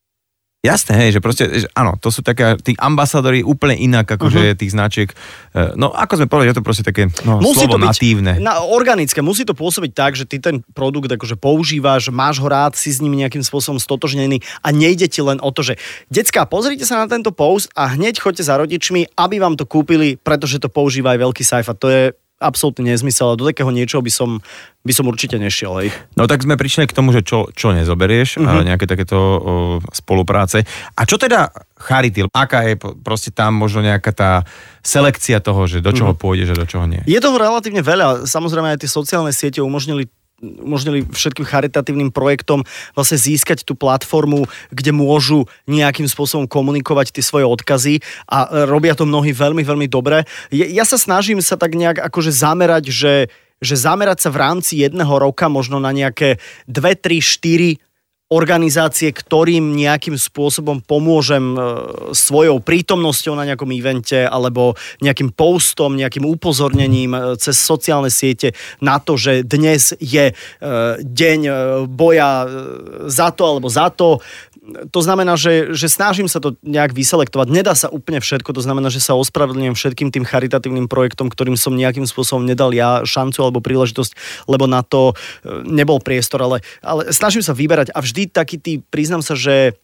Jasné, hej, že proste, že áno, to sú také, tí ambasadori úplne inak, akože uh-huh. tých značiek, no ako sme povedali, je to proste také no, musí slovo to byť natívne. Na, organické, musí to pôsobiť tak, že ty ten produkt akože používaš, máš ho rád, si s ním nejakým spôsobom stotožnený a nejde ti len o to, že decká, pozrite sa na tento post a hneď choďte za rodičmi, aby vám to kúpili, pretože to používa aj veľký sajfa. To je absolútne nezmysel a do takého niečoho by som, by som určite nešiel. Hej. No tak sme prišli k tomu, že čo, čo nezoberieš, uh-huh. ale nejaké takéto o, spolupráce. A čo teda charity? Aká je proste tam možno nejaká tá selekcia toho, že do čoho uh-huh. pôjdeš a do čoho nie? Je toho relatívne veľa. Samozrejme aj tie sociálne siete umožnili umožnili všetkým charitatívnym projektom vlastne získať tú platformu, kde môžu nejakým spôsobom komunikovať tie svoje odkazy a robia to mnohí veľmi, veľmi dobre. Ja sa snažím sa tak nejak akože zamerať, že, že zamerať sa v rámci jedného roka možno na nejaké dve, tri, štyri organizácie, ktorým nejakým spôsobom pomôžem e, svojou prítomnosťou na nejakom evente alebo nejakým postom, nejakým upozornením e, cez sociálne siete na to, že dnes je e, deň e, boja e, za to alebo za to. To znamená, že, že snažím sa to nejak vyselektovať. Nedá sa úplne všetko, to znamená, že sa ospravedlňujem všetkým tým charitatívnym projektom, ktorým som nejakým spôsobom nedal ja šancu alebo príležitosť, lebo na to nebol priestor, ale, ale snažím sa vyberať a vždy taký tý, priznám sa, že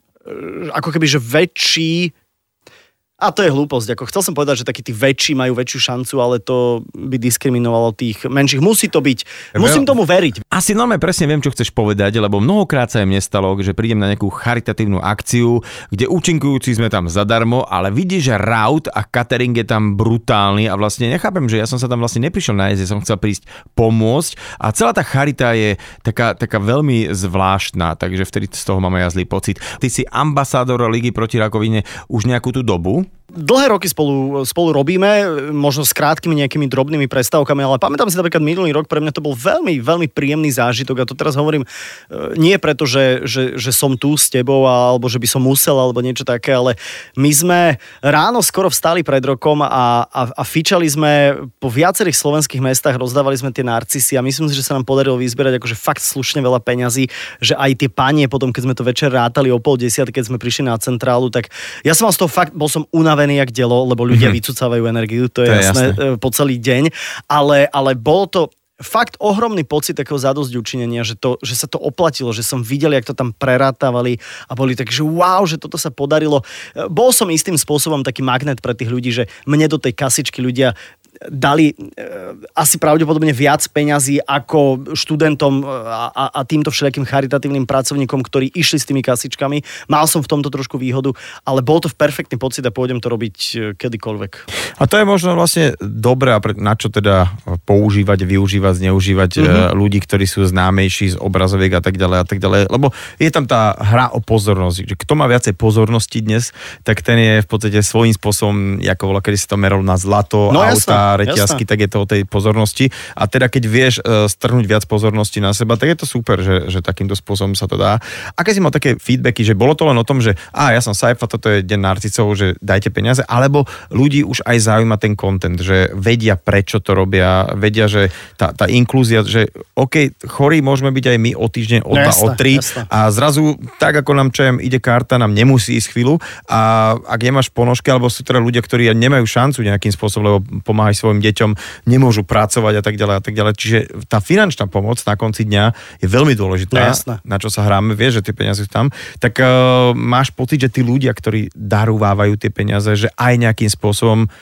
ako keby, že väčší. A to je hlúposť. Ako chcel som povedať, že takí tí väčší majú väčšiu šancu, ale to by diskriminovalo tých menších. Musí to byť. Musím tomu veriť. Asi normálne presne viem, čo chceš povedať, lebo mnohokrát sa im nestalo, že prídem na nejakú charitatívnu akciu, kde účinkujúci sme tam zadarmo, ale vidíš, že raut a catering je tam brutálny a vlastne nechápem, že ja som sa tam vlastne neprišiel nájsť, som chcel prísť pomôcť a celá tá charita je taká, taká veľmi zvláštna, takže vtedy z toho mám aj zlý pocit. Ty si ambasádor Ligy proti rakovine už nejakú tú dobu? Dlhé roky spolu, spolu robíme, možno s krátkými nejakými drobnými prestávkami, ale pamätám si napríklad minulý rok, pre mňa to bol veľmi, veľmi príjemný zážitok a to teraz hovorím nie preto, že, že, že som tu s tebou alebo že by som musel alebo niečo také, ale my sme ráno skoro vstali pred rokom a, a, a fičali sme po viacerých slovenských mestách, rozdávali sme tie narcisy a myslím si, že sa nám podarilo vyzbierať akože fakt slušne veľa peňazí, že aj tie panie potom, keď sme to večer rátali o pol desiat, keď sme prišli na centrálu, tak ja som z toho fakt, bol som unavený jak delo, lebo ľudia mm-hmm. vycúcavajú energiu, to je, to je jasné, jasné po celý deň, ale, ale bolo to fakt ohromný pocit takého zadosťučinenia, že, to, že sa to oplatilo, že som videl, jak to tam prerátavali a boli tak, že wow, že toto sa podarilo. Bol som istým spôsobom taký magnet pre tých ľudí, že mne do tej kasičky ľudia dali e, asi pravdepodobne viac peňazí ako študentom a, a, a týmto všelijakým charitatívnym pracovníkom, ktorí išli s tými kasičkami. Mal som v tomto trošku výhodu, ale bol to v perfektný pocit a pôjdem to robiť kedykoľvek. A to je možno vlastne dobré, a na čo teda používať, využívať, zneužívať mm-hmm. ľudí, ktorí sú známejší z obrazoviek a tak ďalej a tak ďalej, lebo je tam tá hra o pozornosť, že kto má viacej pozornosti dnes, tak ten je v podstate svojím spôsobom, ako voľa, kedy si to merol na zlato, no, auta, reťazky, tak je to o tej pozornosti. A teda keď vieš uh, strhnúť viac pozornosti na seba, tak je to super, že, že takýmto spôsobom sa to dá. Aké si mal také feedbacky, že bolo to len o tom, že á, ja som sajfa, toto je deň narcicov, že dajte peniaze, alebo ľudí už aj aj zaujíma ten content, že vedia, prečo to robia, vedia, že tá, tá inklúzia, že OK, chorí môžeme byť aj my o týždeň, o dva, o tri a zrazu tak, ako nám čajem ide karta, nám nemusí ísť chvíľu a ak nemáš ponožky, alebo sú teda ľudia, ktorí nemajú šancu nejakým spôsobom, lebo pomáhajú svojim deťom, nemôžu pracovať a tak ďalej a tak ďalej. Čiže tá finančná pomoc na konci dňa je veľmi dôležitá, no, na čo sa hráme, vieš, že tie peniaze sú tam. Tak uh, máš pocit, že tí ľudia, ktorí darúvajú tie peniaze, že aj nejakým spôsobom um,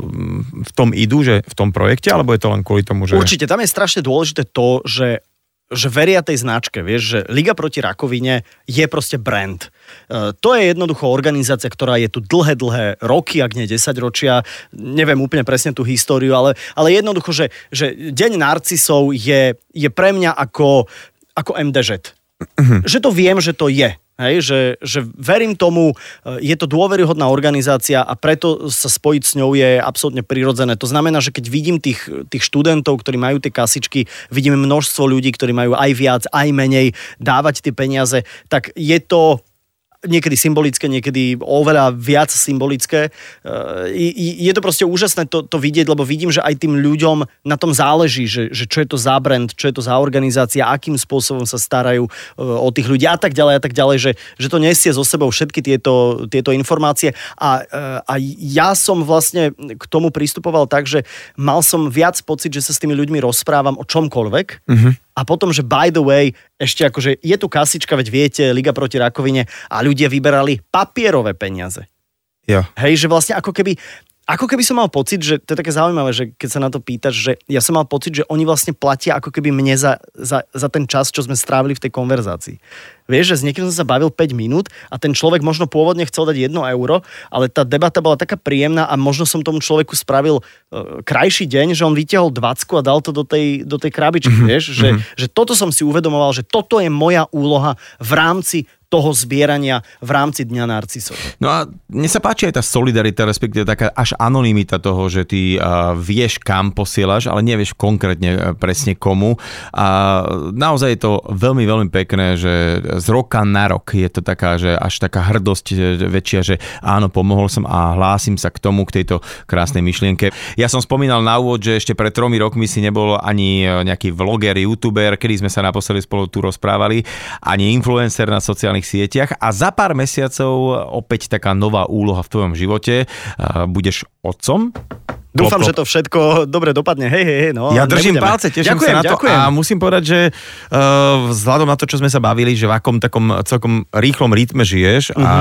v tom idú, že v tom projekte, alebo je to len kvôli tomu, že... Určite, tam je strašne dôležité to, že že veria tej značke, vieš, že Liga proti rakovine je proste brand. E, to je jednoducho organizácia, ktorá je tu dlhé, dlhé roky, ak nie desaťročia, neviem úplne presne tú históriu, ale, ale jednoducho, že, že Deň narcisov je, je pre mňa ako, ako em dé žet. Uh-huh. Že to viem, že to je. Hej, že, že verím tomu, je to dôveryhodná organizácia a preto sa spojiť s ňou je absolútne prirodzené. To znamená, že keď vidím tých, tých študentov, ktorí majú tie kasičky, vidím množstvo ľudí, ktorí majú aj viac, aj menej dávať tie peniaze, tak je to niekedy symbolické, niekedy oveľa viac symbolické. Je to proste úžasné to, to vidieť, lebo vidím, že aj tým ľuďom na tom záleží, že, že čo je to za brand, čo je to za organizácia, akým spôsobom sa starajú o tých ľudí a tak ďalej a tak ďalej, že, že to nesie so sebou všetky tieto, tieto informácie. A, a ja som vlastne k tomu pristupoval tak, že mal som viac pocit, že sa s tými ľuďmi rozprávam o čomkoľvek. Mm-hmm. A potom, že by the way, ešte akože je tu kasička, veď viete, Liga proti rakovine a ľudia vyberali papierové peniaze. Jo. Hej, že vlastne ako keby, ako keby som mal pocit, že to je také zaujímavé, že keď sa na to pýtaš, že ja som mal pocit, že oni vlastne platia ako keby mne za, za, za ten čas, čo sme strávili v tej konverzácii. Vieš, že s niekým som sa bavil päť minút a ten človek možno pôvodne chcel dať jedno euro, ale tá debata bola taká príjemná a možno som tomu človeku spravil uh, krajší deň, že on vytiahol dvacku a dal to do tej, do tej krabičky, mm-hmm. vieš, že, mm-hmm. že toto som si uvedomoval, že toto je moja úloha v rámci toho zbierania v rámci Dňa narcisov. No a mne sa páči aj tá solidarita, respektíve taká až anonymita toho, že ty uh, vieš, kam posielaš, ale nevieš konkrétne uh, presne komu. A naozaj je to veľmi, veľmi pekné, že z roka na rok je to taká, že až taká hrdosť väčšia, že áno, pomohol som a hlásim sa k tomu, k tejto krásnej myšlienke. Ja som spomínal na úvod, že ešte pred tromi rokmi si nebol ani nejaký vloger, youtuber, kedy sme sa naposledy spolu tu rozprávali, ani influencer na sociálnych sieťach a za pár mesiacov opäť taká nová úloha v tvojom živote. Budeš otcom? Dúfam, že to všetko dobre dopadne. Hej, hej, hej. No, ja držím nebudeme. Palce, teším ďakujem, sa na to ďakujem. a musím povedať, že uh, vzhľadom na to, čo sme sa bavili, že v akom takom celkom rýchlom rytme žiješ uh-huh. a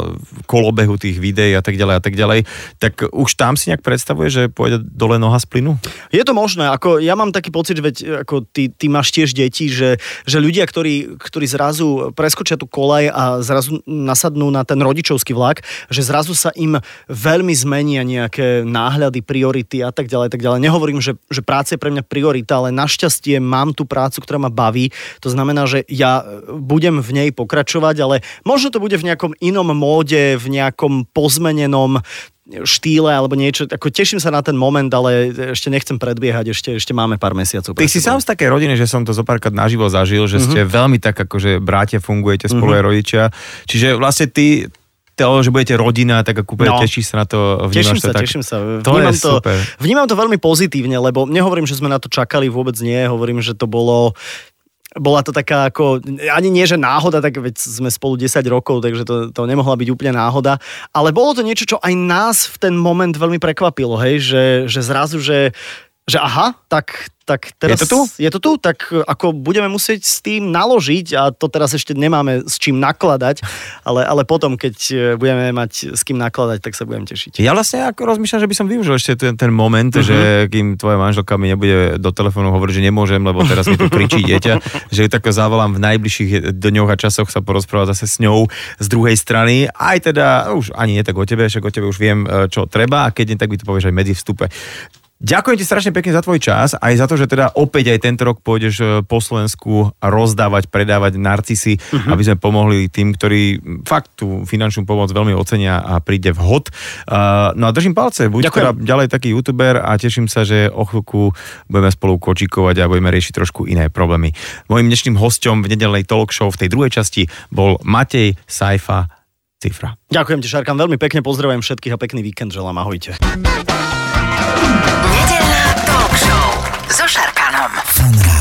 kolobehu tých videí a tak ďalej a tak ďalej, tak už tam si nejak predstavuje, že pôjde dole noha z plynu? Je to možné. Ako, ja mám taký pocit, že veď, ako ty, ty máš tiež deti, že, že ľudia, ktorí, ktorí zrazu preskočia tú kolaj a zrazu nasadnú na ten rodičovský vlak, že zrazu sa im veľmi zmenia nejaké náhľady, priority a tak ďalej, tak ďalej. Nehovorím, že, že práca je pre mňa priorita, ale našťastie mám tú prácu, ktorá ma baví. To znamená, že ja budem v nej pokračovať, ale možno to bude v nejakom inom móde, v nejakom pozmenenom štýle alebo niečo. Ako teším sa na ten moment, ale ešte nechcem predbiehať, ešte, ešte máme pár mesiacov. Ty si sám z takej rodiny, že som to zopárkrát naživo zažil, že mm-hmm. ste veľmi tak akože bratia fungujete, spolu mm-hmm. rodičia. Čiže vlastne ty to, že budete rodina, tak ako no. tešíš sa na to, vnímaš teším to sa, tak. Teším sa, to vnímam je to, super. Vnímam to veľmi pozitívne, lebo nehovorím, že sme na to čakali, vôbec nie, hovorím, že to bolo bola to taká ako, ani nie, že náhoda, tak veď sme spolu desať rokov, takže to, to nemohla byť úplne náhoda, ale bolo to niečo, čo aj nás v ten moment veľmi prekvapilo, hej, že, že zrazu, že, že aha, tak tak teraz je to tu? Je to tu, tak ako budeme musieť s tým naložiť a to teraz ešte nemáme s čím nakladať, ale, ale potom, keď budeme mať s kým nakladať, tak sa budem tešiť. Ja vlastne ako rozmýšľam, že by som využil ešte ten, ten moment, uh-huh. že kým tvoja manželka mi nebude do telefónu hovoriť, že nemôžem, lebo teraz mi tu kričí dieťa, že ju tak zavolám v najbližších dňoch a časoch sa porozprávať zase s ňou z druhej strany, aj teda, už ani nie tak o tebe, však o tebe už viem, čo treba a keď nie, tak by to povieš aj medzi vstupe. Ďakujem ti strašne pekne za tvoj čas, aj za to, že teda opäť aj tento rok pôjdeš po Slovensku rozdávať, predávať narcisy, uh-huh. aby sme pomohli tým, ktorí fakt tú finančnú pomoc veľmi ocenia a príde vhod. Uh, no a držím palce, buď teda ďalej taký youtuber a teším sa, že o chvíľku budeme spolu kočikovať a budeme riešiť trošku iné problémy. Mojím dnešným hosťom v nedeľnej talk show v tej druhej časti bol Matej Sajfa. cifra. Ďakujem ti, Šarkan, veľmi pekne pozdravujem všetkých a pekný víkend želám, ahojte. Nedeľná talk show so Šarkanom.